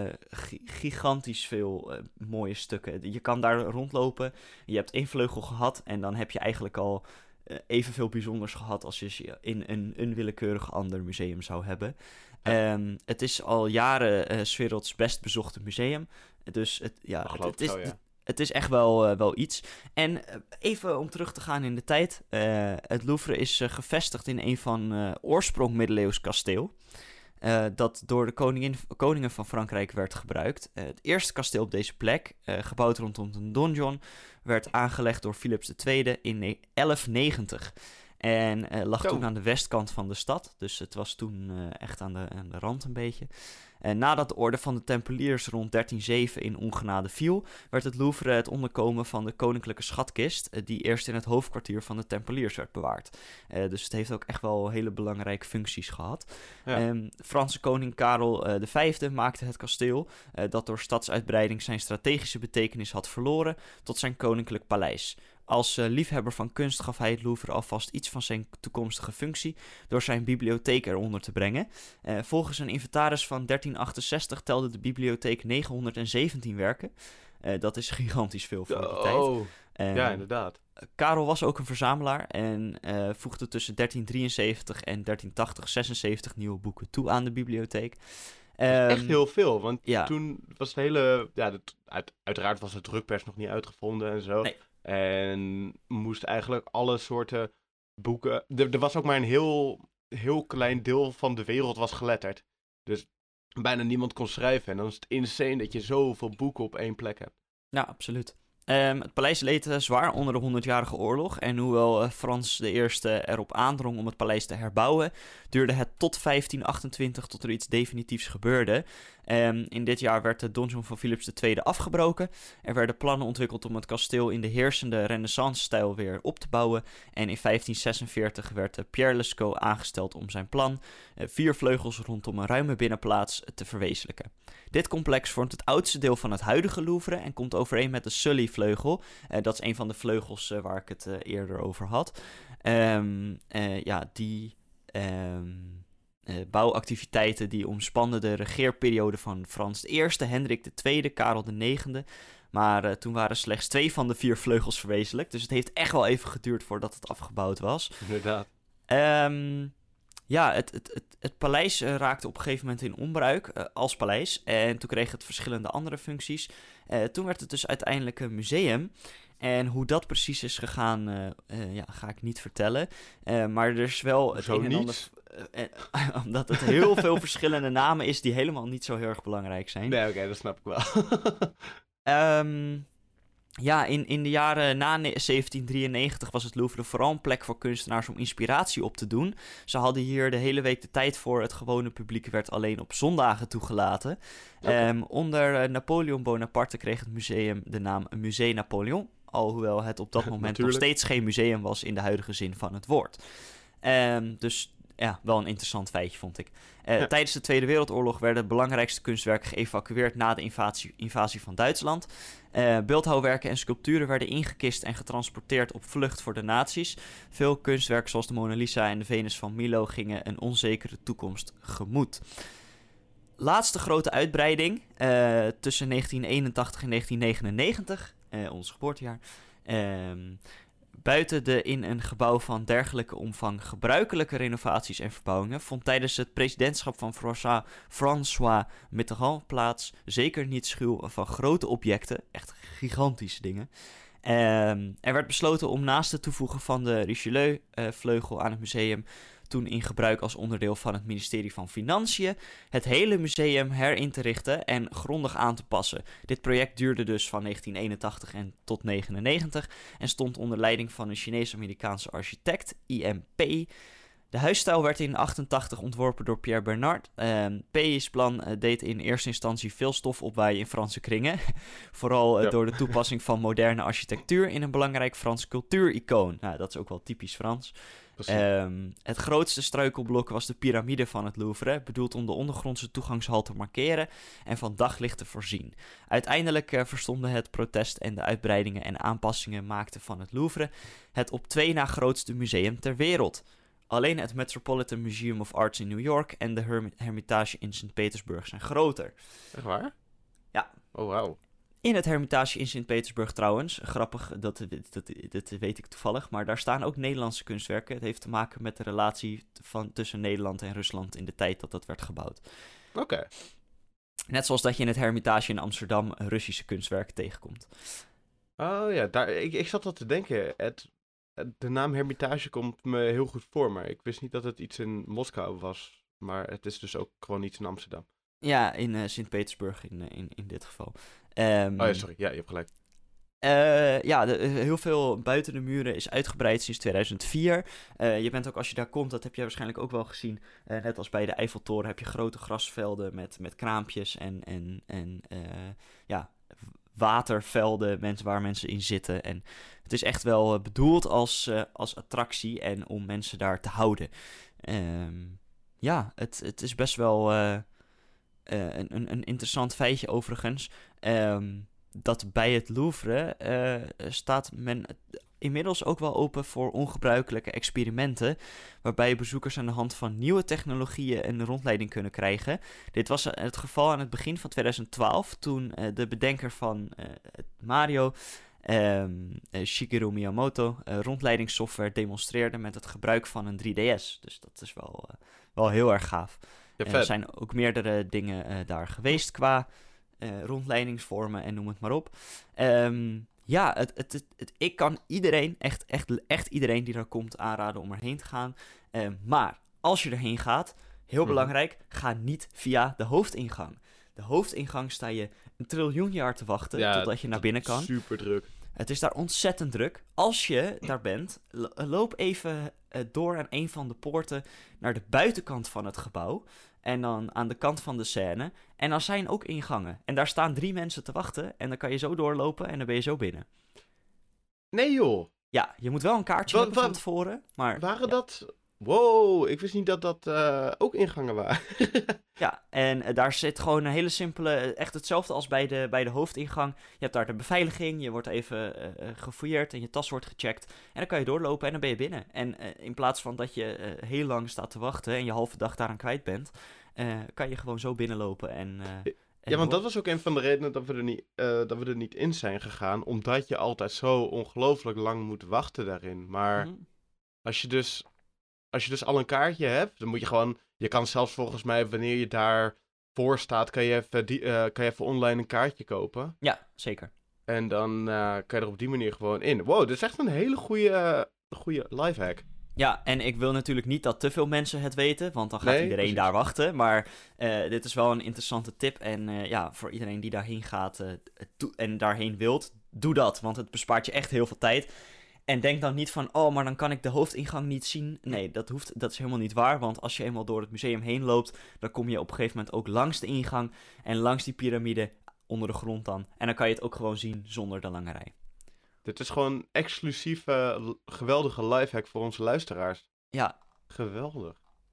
gigantisch veel mooie stukken. Je kan daar rondlopen, je hebt 1 vleugel gehad en dan heb je eigenlijk al evenveel bijzonders gehad als je in een willekeurig ander museum zou hebben. Ja. Het is al jaren 's werelds best bezochte museum. Dus het is echt wel iets. En even om terug te gaan in de tijd. Het Louvre is gevestigd in een van oorsprong middeleeuws kasteel. Dat door de koningen van Frankrijk werd gebruikt. Het eerste kasteel op deze plek, gebouwd rondom een donjon, werd aangelegd door Philips II in 1190. En lag toen aan de westkant van de stad. Dus het was toen echt aan de rand een beetje. Nadat de orde van de Tempeliers rond 1307 in ongenade viel, werd het Louvre het onderkomen van de koninklijke schatkist, die eerst in het hoofdkwartier van de Tempeliers werd bewaard. Dus het heeft ook echt wel hele belangrijke functies gehad. Ja. Franse koning Karel V maakte het kasteel, dat door stadsuitbreiding zijn strategische betekenis had verloren, tot zijn koninklijk paleis. Als liefhebber van kunst gaf hij het Louvre alvast iets van zijn toekomstige functie door zijn bibliotheek eronder te brengen. Volgens een inventaris van 1368 telde de bibliotheek 917 werken. Dat is gigantisch veel voor de tijd. Ja, inderdaad. Karel was ook een verzamelaar en voegde tussen 1373 en 1380 76 nieuwe boeken toe aan de bibliotheek. Echt heel veel, want toen was het hele... Ja, uiteraard was de drukpers nog niet uitgevonden en zo. Nee. En moest eigenlijk alle soorten boeken... Er was ook maar een heel klein deel van de wereld was geletterd. Dus bijna niemand kon schrijven. En dan is het insane dat je zoveel boeken op één plek hebt. Ja, absoluut. Het paleis leed zwaar onder de 100-jarige oorlog. En hoewel Frans I erop aandrong om het paleis te herbouwen, duurde het tot 1528 tot er iets definitiefs gebeurde. In dit jaar werd de donjon van Philips II afgebroken. Er werden plannen ontwikkeld om het kasteel in de heersende Renaissance-stijl weer op te bouwen. En in 1546 werd Pierre Lescot aangesteld om zijn plan 4 vleugels rondom een ruime binnenplaats te verwezenlijken. Dit complex vormt het oudste deel van het huidige Louvre en komt overeen met de Sully-vleugel. Dat is een van de vleugels waar ik het eerder over had. Die bouwactiviteiten die omspannen de regeerperiode van Frans I, Hendrik II, Karel IX. Maar toen waren slechts 2 van de 4 vleugels verwezenlijkt. Dus het heeft echt wel even geduurd voordat het afgebouwd was. Inderdaad. Het paleis raakte op een gegeven moment in onbruik als paleis. En toen kreeg het verschillende andere functies. Toen werd het dus uiteindelijk een museum. En hoe dat precies is gegaan, ga ik niet vertellen. Maar er is wel het een en ander... omdat het heel veel verschillende namen is die helemaal niet zo heel erg belangrijk zijn. Nee, oké, dat snap ik wel. In de jaren na 1793 was het Louvre vooral een plek voor kunstenaars om inspiratie op te doen. Ze hadden hier de hele week de tijd voor. Het gewone publiek werd alleen op zondagen toegelaten. Okay. Onder Napoleon Bonaparte kreeg het museum de naam Musée Napoleon. Alhoewel het op dat moment nog steeds geen museum was in de huidige zin van het woord. Dus ja, wel een interessant feitje, vond ik. Ja. Tijdens de Tweede Wereldoorlog werden de belangrijkste kunstwerken geëvacueerd na de invasie van Duitsland. Beeldhouwwerken en sculpturen werden ingekist en getransporteerd op vlucht voor de nazi's. Veel kunstwerken zoals de Mona Lisa en de Venus van Milo gingen een onzekere toekomst gemoet. Laatste grote uitbreiding tussen 1981 en 1999, ons geboortejaar. Buiten de in een gebouw van dergelijke omvang gebruikelijke renovaties en verbouwingen vond tijdens het presidentschap van François Mitterrand plaats, zeker niet schuw van grote objecten, echt gigantische dingen. Er werd besloten om naast het toevoegen van de Richelieu-vleugel aan het museum, toen in gebruik als onderdeel van het ministerie van Financiën, het hele museum herin te richten en grondig aan te passen. Dit project duurde dus van 1981 en tot 1999 en stond onder leiding van een Chinees-Amerikaanse architect, IMP. De huisstijl werd in 1988 ontworpen door Pierre Bernard. P's plan deed in eerste instantie veel stof opwaaien in Franse kringen. Vooral door de toepassing van moderne architectuur in een belangrijk Frans cultuuricoon. Nou, dat is ook wel typisch Frans. Het grootste struikelblok was de piramide van het Louvre, bedoeld om de ondergrondse toegangshal te markeren en van daglicht te voorzien. Uiteindelijk verstonden het protest en de uitbreidingen en aanpassingen maakten van het Louvre het op 2 na grootste museum ter wereld. Alleen het Metropolitan Museum of Arts in New York en de Hermitage in Sint-Petersburg zijn groter. Echt waar? Ja. Oh, wauw. In het Hermitage in Sint-Petersburg trouwens, grappig, dat weet ik toevallig, maar daar staan ook Nederlandse kunstwerken. Het heeft te maken met de relatie tussen Nederland en Rusland in de tijd dat dat werd gebouwd. Oké. Net zoals dat je in het Hermitage in Amsterdam Russische kunstwerken tegenkomt. Oh ja, ik zat al te denken. De naam Hermitage komt me heel goed voor, maar ik wist niet dat het iets in Moskou was. Maar het is dus ook gewoon iets in Amsterdam. Ja, in Sint-Petersburg in dit geval. Oh ja, sorry. Ja, je hebt gelijk. Heel veel buiten de muren is uitgebreid sinds 2004. Je bent ook, als je daar komt, dat heb je waarschijnlijk ook wel gezien. Net als bij de Eiffeltoren heb je grote grasvelden met kraampjes en watervelden waar mensen in zitten. En het is echt wel bedoeld als attractie en om mensen daar te houden. Het is best wel een interessant feitje overigens. Dat bij het Louvre staat men inmiddels ook wel open voor ongebruikelijke experimenten, waarbij bezoekers aan de hand van nieuwe technologieën een rondleiding kunnen krijgen. Dit was het geval aan het begin van 2012, toen de bedenker van Mario, Shigeru Miyamoto, rondleidingssoftware demonstreerde met het gebruik van een 3DS. Dus dat is wel heel erg gaaf. Ja, Er zijn ook meerdere dingen daar geweest qua rondleidingsvormen en noem het maar op. Ik kan iedereen, echt iedereen die daar komt, aanraden om erheen te gaan. Maar als je erheen gaat, heel belangrijk, ga niet via de hoofdingang. De hoofdingang sta je 1 triljoen jaar te wachten totdat je naar binnen kan. Super druk. Het is daar ontzettend druk. Als je daar bent, loop even door aan een van de poorten naar de buitenkant van het gebouw. En dan aan de kant van de scène. En dan zijn ook ingangen. En daar staan 3 mensen te wachten. En dan kan je zo doorlopen en dan ben je zo binnen. Nee joh. Ja, je moet wel een kaartje hebben van tevoren. Maar, waren dat... Wow, ik wist niet dat dat ook ingangen waren. Ja, en daar zit gewoon een hele simpele... Echt hetzelfde als bij de hoofdingang. Je hebt daar de beveiliging. Je wordt even gefouilleerd en je tas wordt gecheckt. En dan kan je doorlopen en dan ben je binnen. En in plaats van dat je heel lang staat te wachten en je halve dag daaraan kwijt bent, kan je gewoon zo binnenlopen en ja, want dat was ook een van de redenen dat we er niet in zijn gegaan. Omdat je altijd zo ongelooflijk lang moet wachten daarin. Maar als je dus al een kaartje hebt, dan moet je gewoon... Je kan zelfs volgens mij, wanneer je daar voor staat, kan je even online een kaartje kopen. Ja, zeker. En dan kan je er op die manier gewoon in. Wow, dit is echt een hele goede lifehack. Ja, en ik wil natuurlijk niet dat te veel mensen het weten, want dan gaat iedereen precies daar wachten. Maar dit is wel een interessante tip. En voor iedereen die daarheen gaat en daarheen wilt, doe dat. Want het bespaart je echt heel veel tijd. En denk dan niet van, maar dan kan ik de hoofdingang niet zien. Nee, dat is helemaal niet waar. Want als je eenmaal door het museum heen loopt, dan kom je op een gegeven moment ook langs de ingang en langs die piramide onder de grond dan. En dan kan je het ook gewoon zien zonder de lange rij. Dit is gewoon exclusieve, geweldige lifehack voor onze luisteraars. Ja. Geweldig.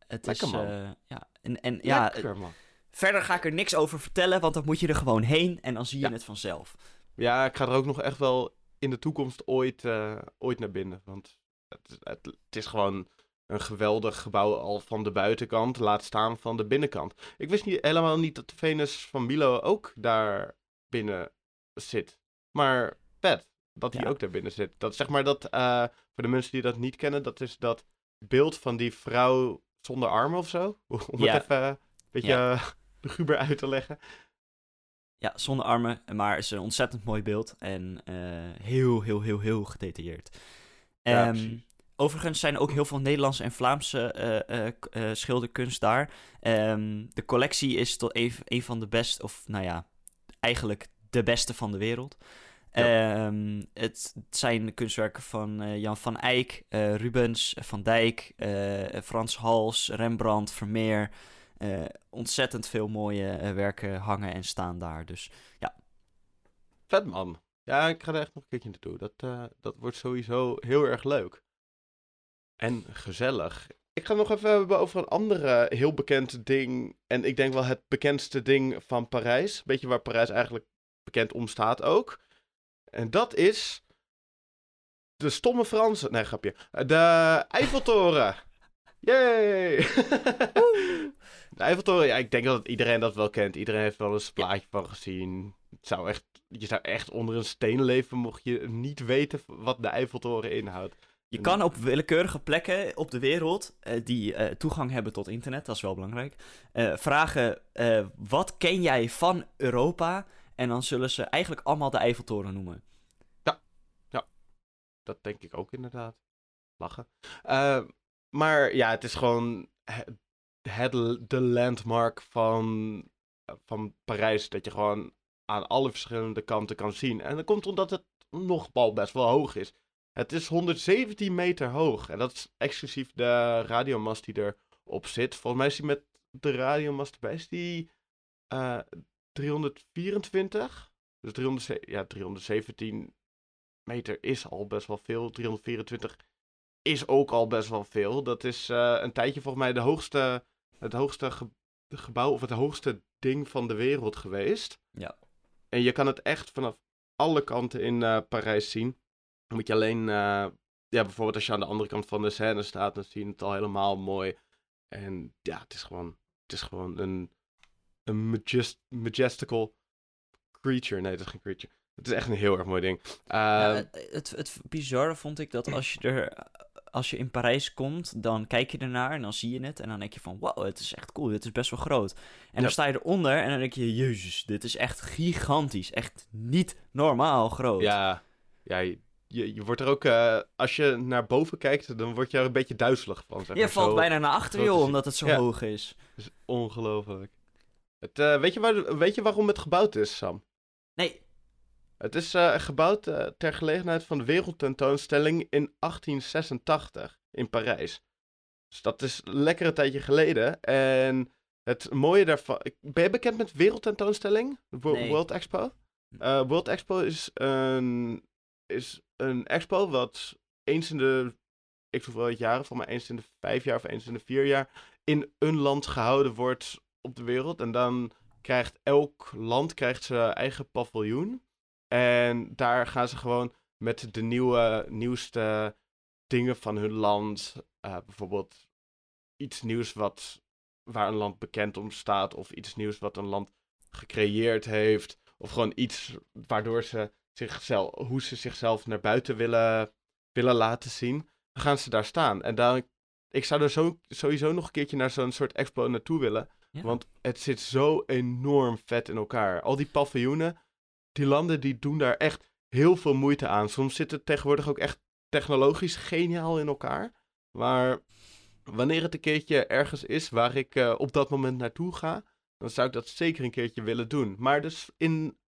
Het Lekker, is, man. ja, en ja, Lekker, man. verder ga ik er niks over vertellen, want dan moet je er gewoon heen en dan zie je Ja. het vanzelf. Ja, ik ga er ook nog echt wel in de toekomst ooit naar binnen. Want het is gewoon een geweldig gebouw al van de buitenkant, laat staan van de binnenkant. Ik wist helemaal niet dat de Venus van Milo ook daar binnen zit. Maar vet dat hij Ja. ook daar binnen zit. Dat zeg maar dat, voor de mensen die dat niet kennen, dat is dat beeld van die vrouw zonder armen of zo. Om Ja. het even een beetje luguber uit te leggen. Ja, zonder armen, maar het is een ontzettend mooi beeld en heel, heel, heel, heel gedetailleerd. Ja, precies. Overigens zijn er ook heel veel Nederlandse en Vlaamse schilderkunst daar. De collectie is tot een van de beste, of nou ja, eigenlijk de beste van de wereld. Ja. Het zijn kunstwerken van Jan van Eyck, Rubens, Van Dijk, Frans Hals, Rembrandt, Vermeer. Ontzettend veel mooie werken hangen en staan daar. Dus ja, Vet, man. Ja, ik ga er echt nog een keertje naartoe. Dat wordt sowieso heel erg leuk. En gezellig. Ik ga het nog even hebben over een andere heel bekend ding. En ik denk wel het bekendste ding van Parijs. Beetje waar Parijs eigenlijk bekend om staat ook. En dat is... de stomme Fransen. Nee, grapje. De Eiffeltoren. Yay! De Eiffeltoren, ja, ik denk dat iedereen dat wel kent. Iedereen heeft wel eens een plaatje van gezien. Je zou echt onder een steen leven mocht je niet weten wat de Eiffeltoren inhoudt. je kan op willekeurige plekken op de wereld, die toegang hebben tot internet, dat is wel belangrijk, vragen, wat ken jij van Europa? En dan zullen ze eigenlijk allemaal de Eiffeltoren noemen. Dat denk ik ook inderdaad. Lachen. Maar ja, het is gewoon de landmark van Parijs. Dat je gewoon aan alle verschillende kanten kan zien. En dat komt omdat het nog best wel hoog is. Het is 117 meter hoog. En dat is exclusief de radiomast die erop zit. Volgens mij is die met de radiomast erbij. Is die 324? Dus 317 meter is al best wel veel. 324 is ook al best wel veel. Dat is een tijdje volgens mij het hoogste gebouw of het hoogste ding van de wereld geweest. Ja. En je kan het echt vanaf alle kanten in Parijs zien. Dan moet je alleen, bijvoorbeeld als je aan de andere kant van de Seine staat, dan zie je het al helemaal mooi. En ja, het is gewoon een majestical creature. Nee, het is geen creature. Het is echt een heel erg mooi ding. Het bizarre vond ik dat als je in Parijs komt, dan kijk je ernaar en dan zie je het. En dan denk je van, wow, het is echt cool, het is best wel groot. En dan sta je eronder en dan denk je, jezus, dit is echt gigantisch. Echt niet normaal groot. Ja, je wordt er ook, als je naar boven kijkt, dan word je er een beetje duizelig van. Zeg Je maar. valt Zo bijna naar achter, groot joh, is omdat het zo Ja. hoog is. Het is ongelooflijk. Weet je waarom het gebouwd is, Sam? Nee, Het is gebouwd ter gelegenheid van de wereldtentoonstelling in 1886 in Parijs. Dus dat is lekker een tijdje geleden. En het mooie daarvan... Ben je bekend met wereldtentoonstelling? Nee. World Expo? World Expo is een expo wat eens in de... Ik weet wel het jaren, voor mij eens in de 5 jaar of eens in de 4 jaar... in een land gehouden wordt op de wereld. En dan krijgt elk land zijn eigen paviljoen. En daar gaan ze gewoon met de nieuwste dingen van hun land. Bijvoorbeeld iets nieuws waar een land bekend om staat. Of iets nieuws wat een land gecreëerd heeft. Of gewoon iets waardoor hoe ze zichzelf naar buiten willen laten zien. Dan gaan ze daar staan. En ik zou er sowieso nog een keertje naar zo'n soort expo naartoe willen. Ja. Want het zit zo enorm vet in elkaar. Al die paviljoenen. Die landen die doen daar echt heel veel moeite aan. Soms zit het tegenwoordig ook echt technologisch geniaal in elkaar. Maar wanneer het een keertje ergens is waar ik op dat moment naartoe ga, dan zou ik dat zeker een keertje willen doen. Maar dus in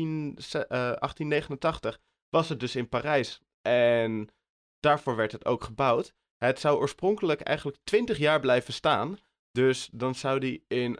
1889 was het dus in Parijs. En daarvoor werd het ook gebouwd. Het zou oorspronkelijk eigenlijk 20 jaar blijven staan. Dus dan zou die in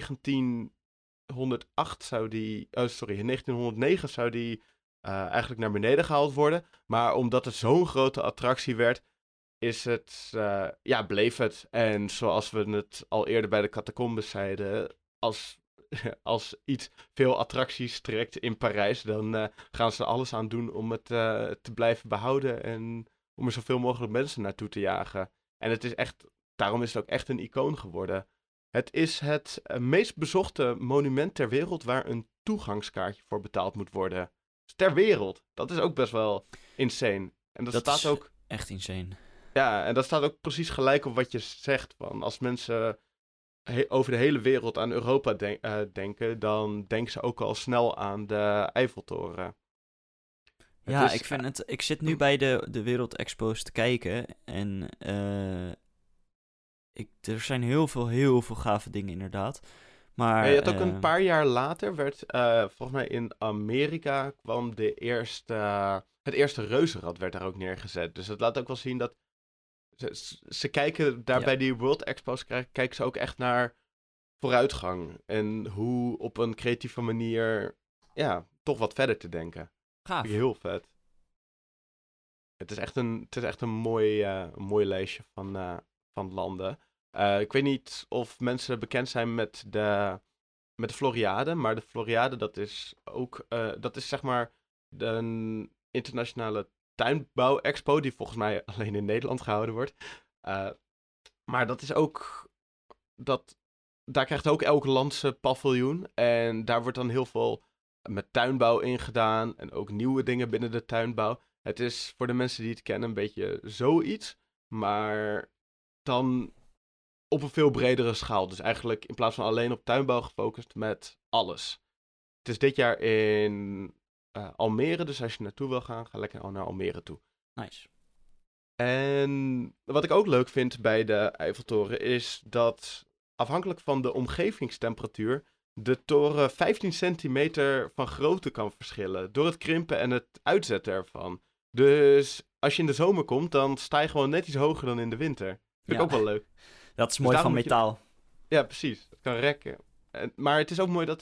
1909 zou die eigenlijk naar beneden gehaald worden. Maar omdat het zo'n grote attractie werd, is het, bleef het. En zoals we het al eerder bij de catacombes zeiden, als iets veel attracties trekt in Parijs, dan gaan ze er alles aan doen om het te blijven behouden en om er zoveel mogelijk mensen naartoe te jagen. En het is echt, daarom is het ook echt een icoon geworden. Het is het meest bezochte monument ter wereld waar een toegangskaartje voor betaald moet worden. Dus ter wereld. Dat is ook best wel insane. En dat staat is ook echt insane. Ja, en dat staat ook precies gelijk op wat je zegt. Van als mensen over de hele wereld aan Europa denken, dan denken ze ook al snel aan de Eiffeltoren. Ja, ik zit nu bij de Wereldexpo's te kijken en er zijn heel veel gave dingen inderdaad. Maar, ja, je had ook een paar jaar later, volgens mij in Amerika kwam het eerste reuzenrad werd daar ook neergezet. Dus dat laat ook wel zien dat ze kijken daar bij die World Expo's, kijken ze ook echt naar vooruitgang. En hoe op een creatieve manier, toch wat verder te denken. Gaaf. Vind ik heel vet. Het is echt een mooi lijstje van landen. Ik weet niet of mensen bekend zijn met de Floriade, maar de Floriade dat is zeg maar de internationale tuinbouw-expo die volgens mij alleen in Nederland gehouden wordt. Maar dat is ook, daar krijgt ook elk land zijn paviljoen en daar wordt dan heel veel met tuinbouw in gedaan en ook nieuwe dingen binnen de tuinbouw. Het is voor de mensen die het kennen een beetje zoiets, maar dan op een veel bredere schaal. Dus eigenlijk in plaats van alleen op tuinbouw gefocust met alles. Het is dit jaar in Almere, dus als je naartoe wil gaan, ga lekker naar Almere toe. Nice. En wat ik ook leuk vind bij de Eiffeltoren is dat afhankelijk van de omgevingstemperatuur de toren 15 centimeter van grootte kan verschillen door het krimpen en het uitzetten ervan. Dus als je in de zomer komt, dan sta je gewoon net iets hoger dan in de winter. Vind ik ook wel leuk. Dat is mooi van metaal. Ja, precies. Het kan rekken. Maar het is ook mooi dat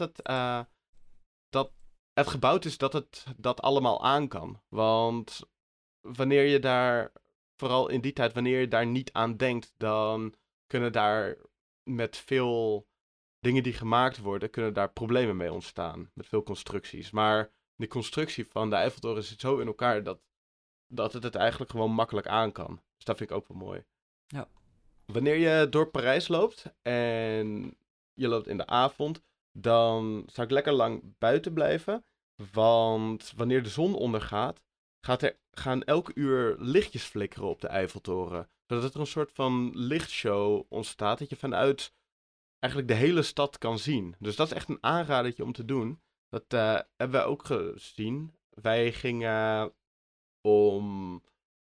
het gebouwd is dat het dat allemaal aan kan. Want wanneer je daar, vooral in die tijd, wanneer je daar niet aan denkt, dan kunnen daar met veel dingen die gemaakt worden, kunnen daar problemen mee ontstaan. Met veel constructies. Maar de constructie van de Eiffeltoren zit zo in elkaar dat het eigenlijk gewoon makkelijk aan kan. Dus dat vind ik ook wel mooi. Ja. Wanneer je door Parijs loopt en je loopt in de avond, dan zou ik lekker lang buiten blijven. Want wanneer de zon ondergaat, gaan elk uur lichtjes flikkeren op de Eiffeltoren. Zodat er een soort van lichtshow ontstaat, dat je vanuit eigenlijk de hele stad kan zien. Dus dat is echt een aanradertje om te doen. Dat hebben wij ook gezien. Wij gingen om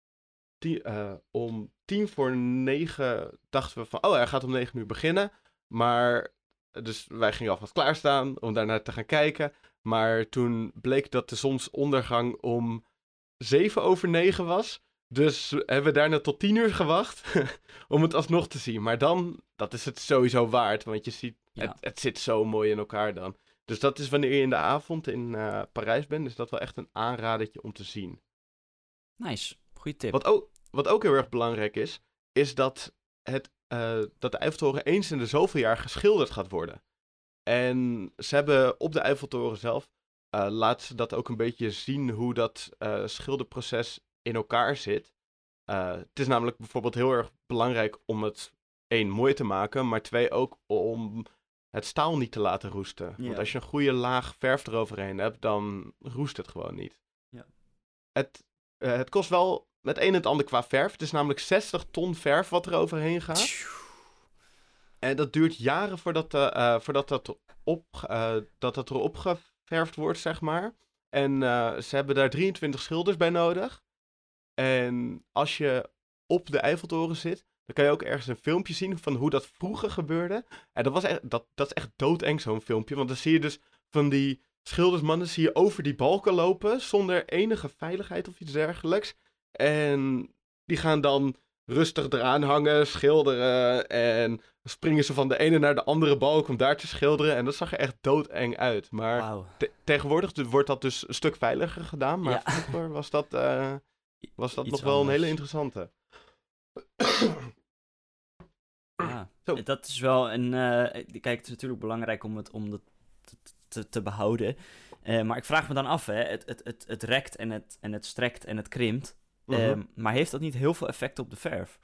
8:50 dachten we van, hij gaat om 9 uur beginnen. Maar, dus wij gingen alvast klaarstaan om daarnaar te gaan kijken. Maar toen bleek dat de zonsondergang om 7:07 was. Dus hebben we daarna tot 10 uur gewacht om het alsnog te zien. Maar dan, dat is het sowieso waard, want je ziet, het zit zo mooi in elkaar dan. Dus dat is wanneer je in de avond in Parijs bent, is dat wel echt een aanradertje om te zien. Nice, goeie tip. Wat ook heel erg belangrijk is dat de Eiffeltoren eens in de zoveel jaar geschilderd gaat worden. En ze hebben op de Eiffeltoren zelf, laten ze dat ook een beetje zien hoe dat schilderproces in elkaar zit. Het is namelijk bijvoorbeeld heel erg belangrijk om het 1 mooi te maken, maar 2 ook om het staal niet te laten roesten. Ja. Want als je een goede laag verf eroverheen hebt, dan roest het gewoon niet. Ja. Het kost wel het een en het ander qua verf. Het is namelijk 60 ton verf wat er overheen gaat. En dat duurt jaren voordat dat erop geverfd wordt, zeg maar. En ze hebben daar 23 schilders bij nodig. En als je op de Eiffeltoren zit, dan kan je ook ergens een filmpje zien van hoe dat vroeger gebeurde. En dat is echt doodeng, zo'n filmpje. Want dan zie je dus van die schildersmannen zie je over die balken lopen zonder enige veiligheid of iets dergelijks. En die gaan dan rustig eraan hangen, schilderen en springen ze van de ene naar de andere balk om daar te schilderen. En dat zag er echt doodeng uit. Maar tegenwoordig wordt dat dus een stuk veiliger gedaan. Maar vroeger was dat nog wel een hele interessante. Ja, Zo. dat is wel een... kijk, het is natuurlijk belangrijk om dat te behouden. Maar ik vraag me dan af, hè. Het rekt en het strekt en het krimpt. Maar heeft dat niet heel veel effect op de verf?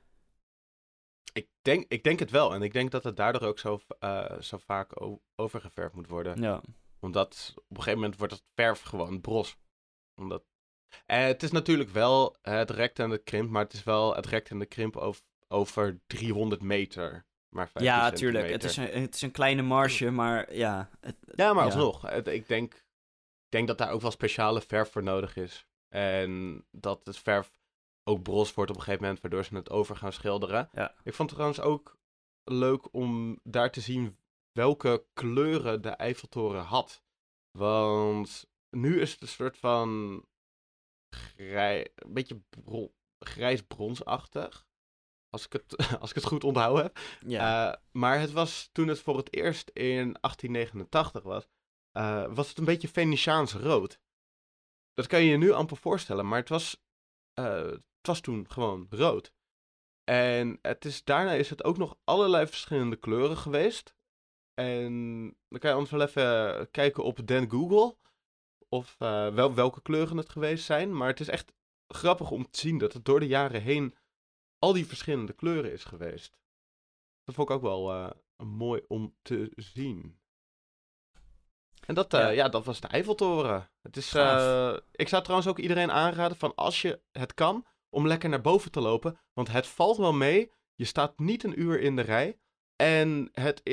Ik denk het wel. En ik denk dat het daardoor ook zo vaak overgeverfd moet worden. Ja. Omdat op een gegeven moment wordt het verf gewoon bros. Omdat... het is natuurlijk wel het rekt en het krimpt, maar het is wel het rekt en de krimp over 300 meter. Maar 15 Ja, centimeter. tuurlijk. Het is een kleine marge, maar ja. Ja, maar alsnog. Ik denk dat daar ook wel speciale verf voor nodig is. En dat het verf ook bros wordt op een gegeven moment, waardoor ze het over gaan schilderen. Ja. Ik vond het trouwens ook leuk om daar te zien welke kleuren de Eiffeltoren had. Want nu is het een soort van een beetje grijs-bronsachtig. Als ik het goed onthouden heb. Ja. Maar het was toen het voor het eerst in 1889 was het een beetje Venetiaans rood. Dat kan je je nu amper voorstellen, maar het was toen gewoon rood. En daarna is het ook nog allerlei verschillende kleuren geweest. En dan kan je anders wel even kijken op Den Google. Of welke kleuren het geweest zijn. Maar het is echt grappig om te zien dat het door de jaren heen al die verschillende kleuren is geweest. Dat vond ik ook wel mooi om te zien. En dat was de Eiffeltoren. Ik zou trouwens ook iedereen aanraden van als je het kan, om lekker naar boven te lopen. Want het valt wel mee. Je staat niet een uur in de rij. En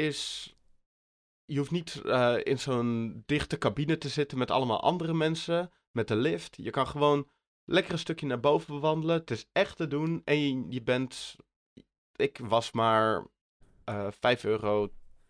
je hoeft niet in zo'n dichte cabine te zitten met allemaal andere mensen. Met de lift. Je kan gewoon lekker een stukje naar boven bewandelen. Het is echt te doen. En je bent... Ik was maar €5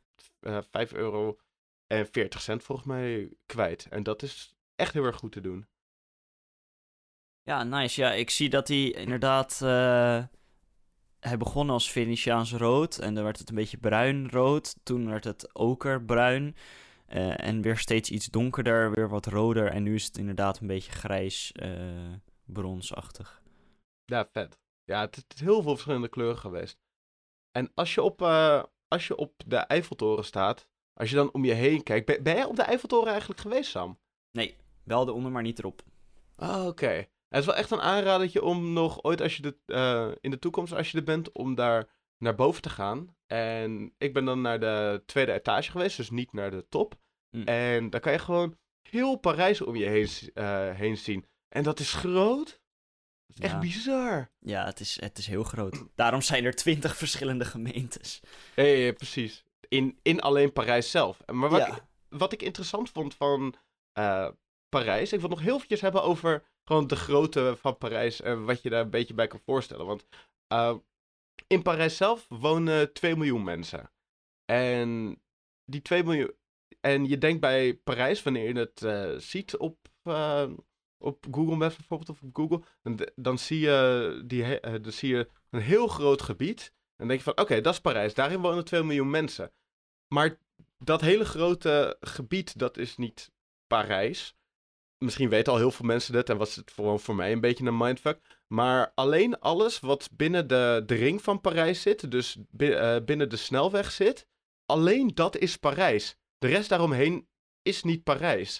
en 40 cent volgens mij kwijt. En dat is echt heel erg goed te doen. Ja, nice. Ja, ik zie dat hij inderdaad... hij begon als Venetiaans rood en dan werd het een beetje bruin-rood. Toen werd het okerbruin en weer steeds iets donkerder, weer wat roder. En nu is het inderdaad een beetje grijs, bronsachtig. Ja, vet. Ja, het is heel veel verschillende kleuren geweest. En als je op de Eiffeltoren staat, als je dan om je heen kijkt... Ben jij op de Eiffeltoren eigenlijk geweest, Sam? Nee, wel eronder, maar niet erop. Oh, oké. Het is wel echt een aanradertje om nog ooit in de toekomst, als je er bent, om daar naar boven te gaan. En ik ben dan naar de tweede etage geweest, dus niet naar de top. En dan kan je gewoon heel Parijs om je heen zien. En dat is groot. Dat is echt bizar. Ja, het is heel groot. Daarom zijn er 20 verschillende gemeentes. Ja, precies. In alleen Parijs zelf. Maar wat ik interessant vond van Parijs, ik wil nog heel eventjes hebben over gewoon de grootte van Parijs en wat je daar een beetje bij kan voorstellen. Want in Parijs zelf wonen 2 miljoen mensen. En die 2 miljoen... En je denkt bij Parijs, wanneer je het ziet op Google Maps bijvoorbeeld, of op Google, dan zie je een heel groot gebied. En dan denk je van, oké, dat is Parijs. Daarin wonen 2 miljoen mensen. Maar dat hele grote gebied, dat is niet Parijs. Misschien weten al heel veel mensen dit en was het voor mij een beetje een mindfuck. Maar alleen alles wat binnen de ring van Parijs zit, dus binnen de snelweg zit, alleen dat is Parijs. De rest daaromheen is niet Parijs.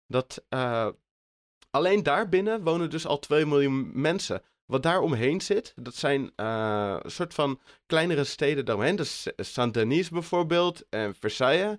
Alleen daarbinnen wonen dus al 2 miljoen mensen. Wat daar omheen zit, dat zijn een soort van kleinere steden daaromheen. Dus Saint-Denis bijvoorbeeld en Versailles.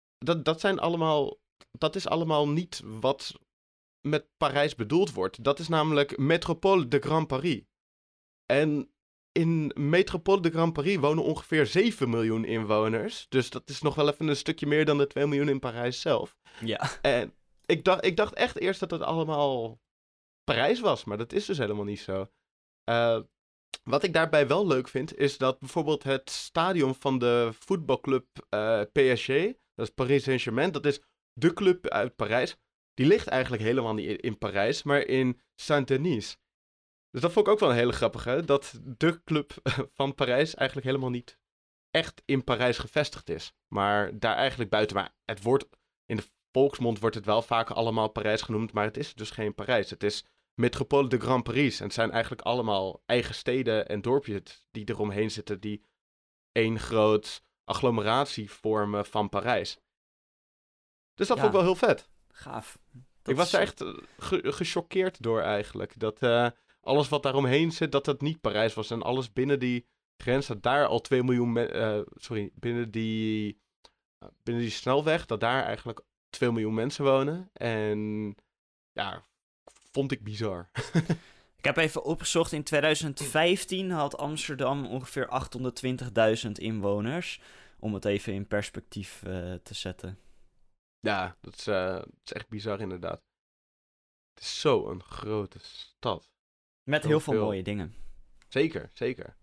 Dat is allemaal niet wat met Parijs bedoeld wordt. Dat is namelijk Métropole de Grand Paris. En in Métropole de Grand Paris wonen ongeveer 7 miljoen inwoners. Dus dat is nog wel even een stukje meer dan de 2 miljoen in Parijs zelf. Ja. En ik dacht echt eerst dat het allemaal Parijs was, maar dat is dus helemaal niet zo. Wat ik daarbij wel leuk vind, is dat bijvoorbeeld het stadion van de voetbalclub PSG, dat is Paris Saint-Germain, dat is de club uit Parijs. Die ligt eigenlijk helemaal niet in Parijs, maar in Saint-Denis. Dus dat vond ik ook wel een hele grappige, dat de club van Parijs eigenlijk helemaal niet echt in Parijs gevestigd is. Maar daar eigenlijk buiten. Maar in de volksmond wordt het wel vaak allemaal Parijs genoemd, maar het is dus geen Parijs. Het is Métropole de Grand Paris. En het zijn eigenlijk allemaal eigen steden en dorpjes die eromheen zitten, die één groot agglomeratie vormen van Parijs. Dus dat vond ik wel heel vet. Gaaf. Ik was er echt gechoqueerd door eigenlijk. Dat alles wat daaromheen zit, dat niet Parijs was. En alles binnen die grens, dat daar al 2 miljoen binnen die snelweg, dat daar eigenlijk 2 miljoen mensen wonen. En ja, vond ik bizar. Ik heb even opgezocht, in 2015 had Amsterdam ongeveer 820.000 inwoners. Om het even in perspectief te zetten. Ja, dat is echt bizar inderdaad. Het is zo'n grote stad. Met heel veel mooie dingen. Zeker, zeker.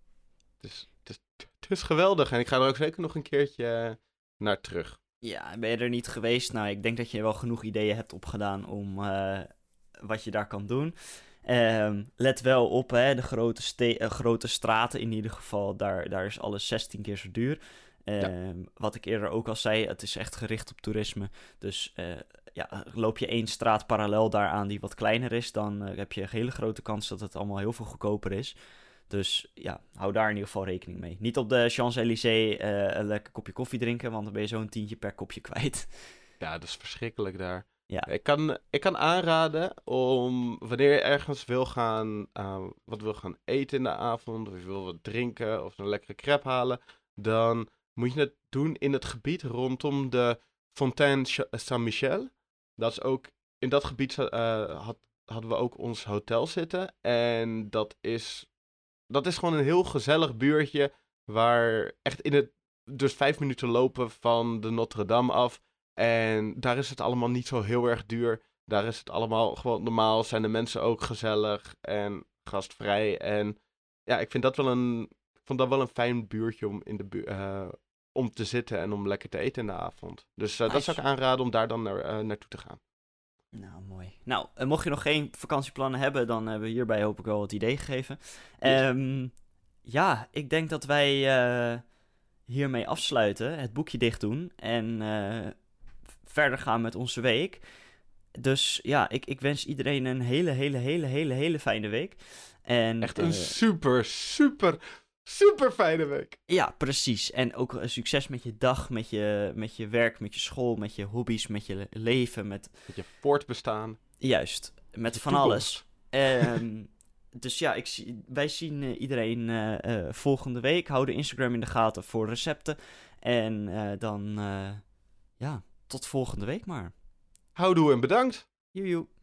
Het is geweldig en ik ga er ook zeker nog een keertje naar terug. Ja, ben je er niet geweest? Nou, ik denk dat je wel genoeg ideeën hebt opgedaan om wat je daar kan doen. Let wel op, hè, de grote straten in ieder geval, daar is alles 16 keer zo duur. Wat ik eerder ook al zei, het is echt gericht op toerisme. Dus loop je 1 straat parallel daaraan die wat kleiner is, dan heb je een hele grote kans dat het allemaal heel veel goedkoper is. Dus ja, hou daar in ieder geval rekening mee. Niet op de Champs-Élysées een lekker kopje koffie drinken, want dan ben je zo'n tientje per kopje kwijt. Ja, dat is verschrikkelijk daar. Ja. Ik kan aanraden om, wanneer je ergens wat wil gaan eten in de avond, of je wil wat drinken, of een lekkere crêpe halen, dan moet je het doen in het gebied rondom de Fontaine Saint-Michel. Dat is ook, in dat gebied hadden we ook ons hotel zitten. En dat is gewoon een heel gezellig buurtje, waar echt dus 5 minuten lopen van de Notre-Dame af. En daar is het allemaal niet zo heel erg duur. Daar is het allemaal gewoon normaal. Zijn de mensen ook gezellig en gastvrij. En ja, ik vond dat wel een fijn buurtje om te zitten en om lekker te eten in de avond. Dus dat zou ik aanraden om daar dan naartoe te gaan. Nou, mooi. Nou, mocht je nog geen vakantieplannen hebben, dan hebben we hierbij hoop ik wel wat idee gegeven. Ja, ik denk dat wij hiermee afsluiten, het boekje dicht doen en verder gaan met onze week. Dus ja, ik wens iedereen een hele fijne week. En, echt een super fijne week. Ja, precies. En ook succes met je dag, met je werk, met je school, met je hobby's, met je leven. Met je voortbestaan. Juist, met van alles. Dus ja, wij zien iedereen volgende week. Hou de Instagram in de gaten voor recepten. En dan, tot volgende week maar. Houdoe en bedankt. Joejoe.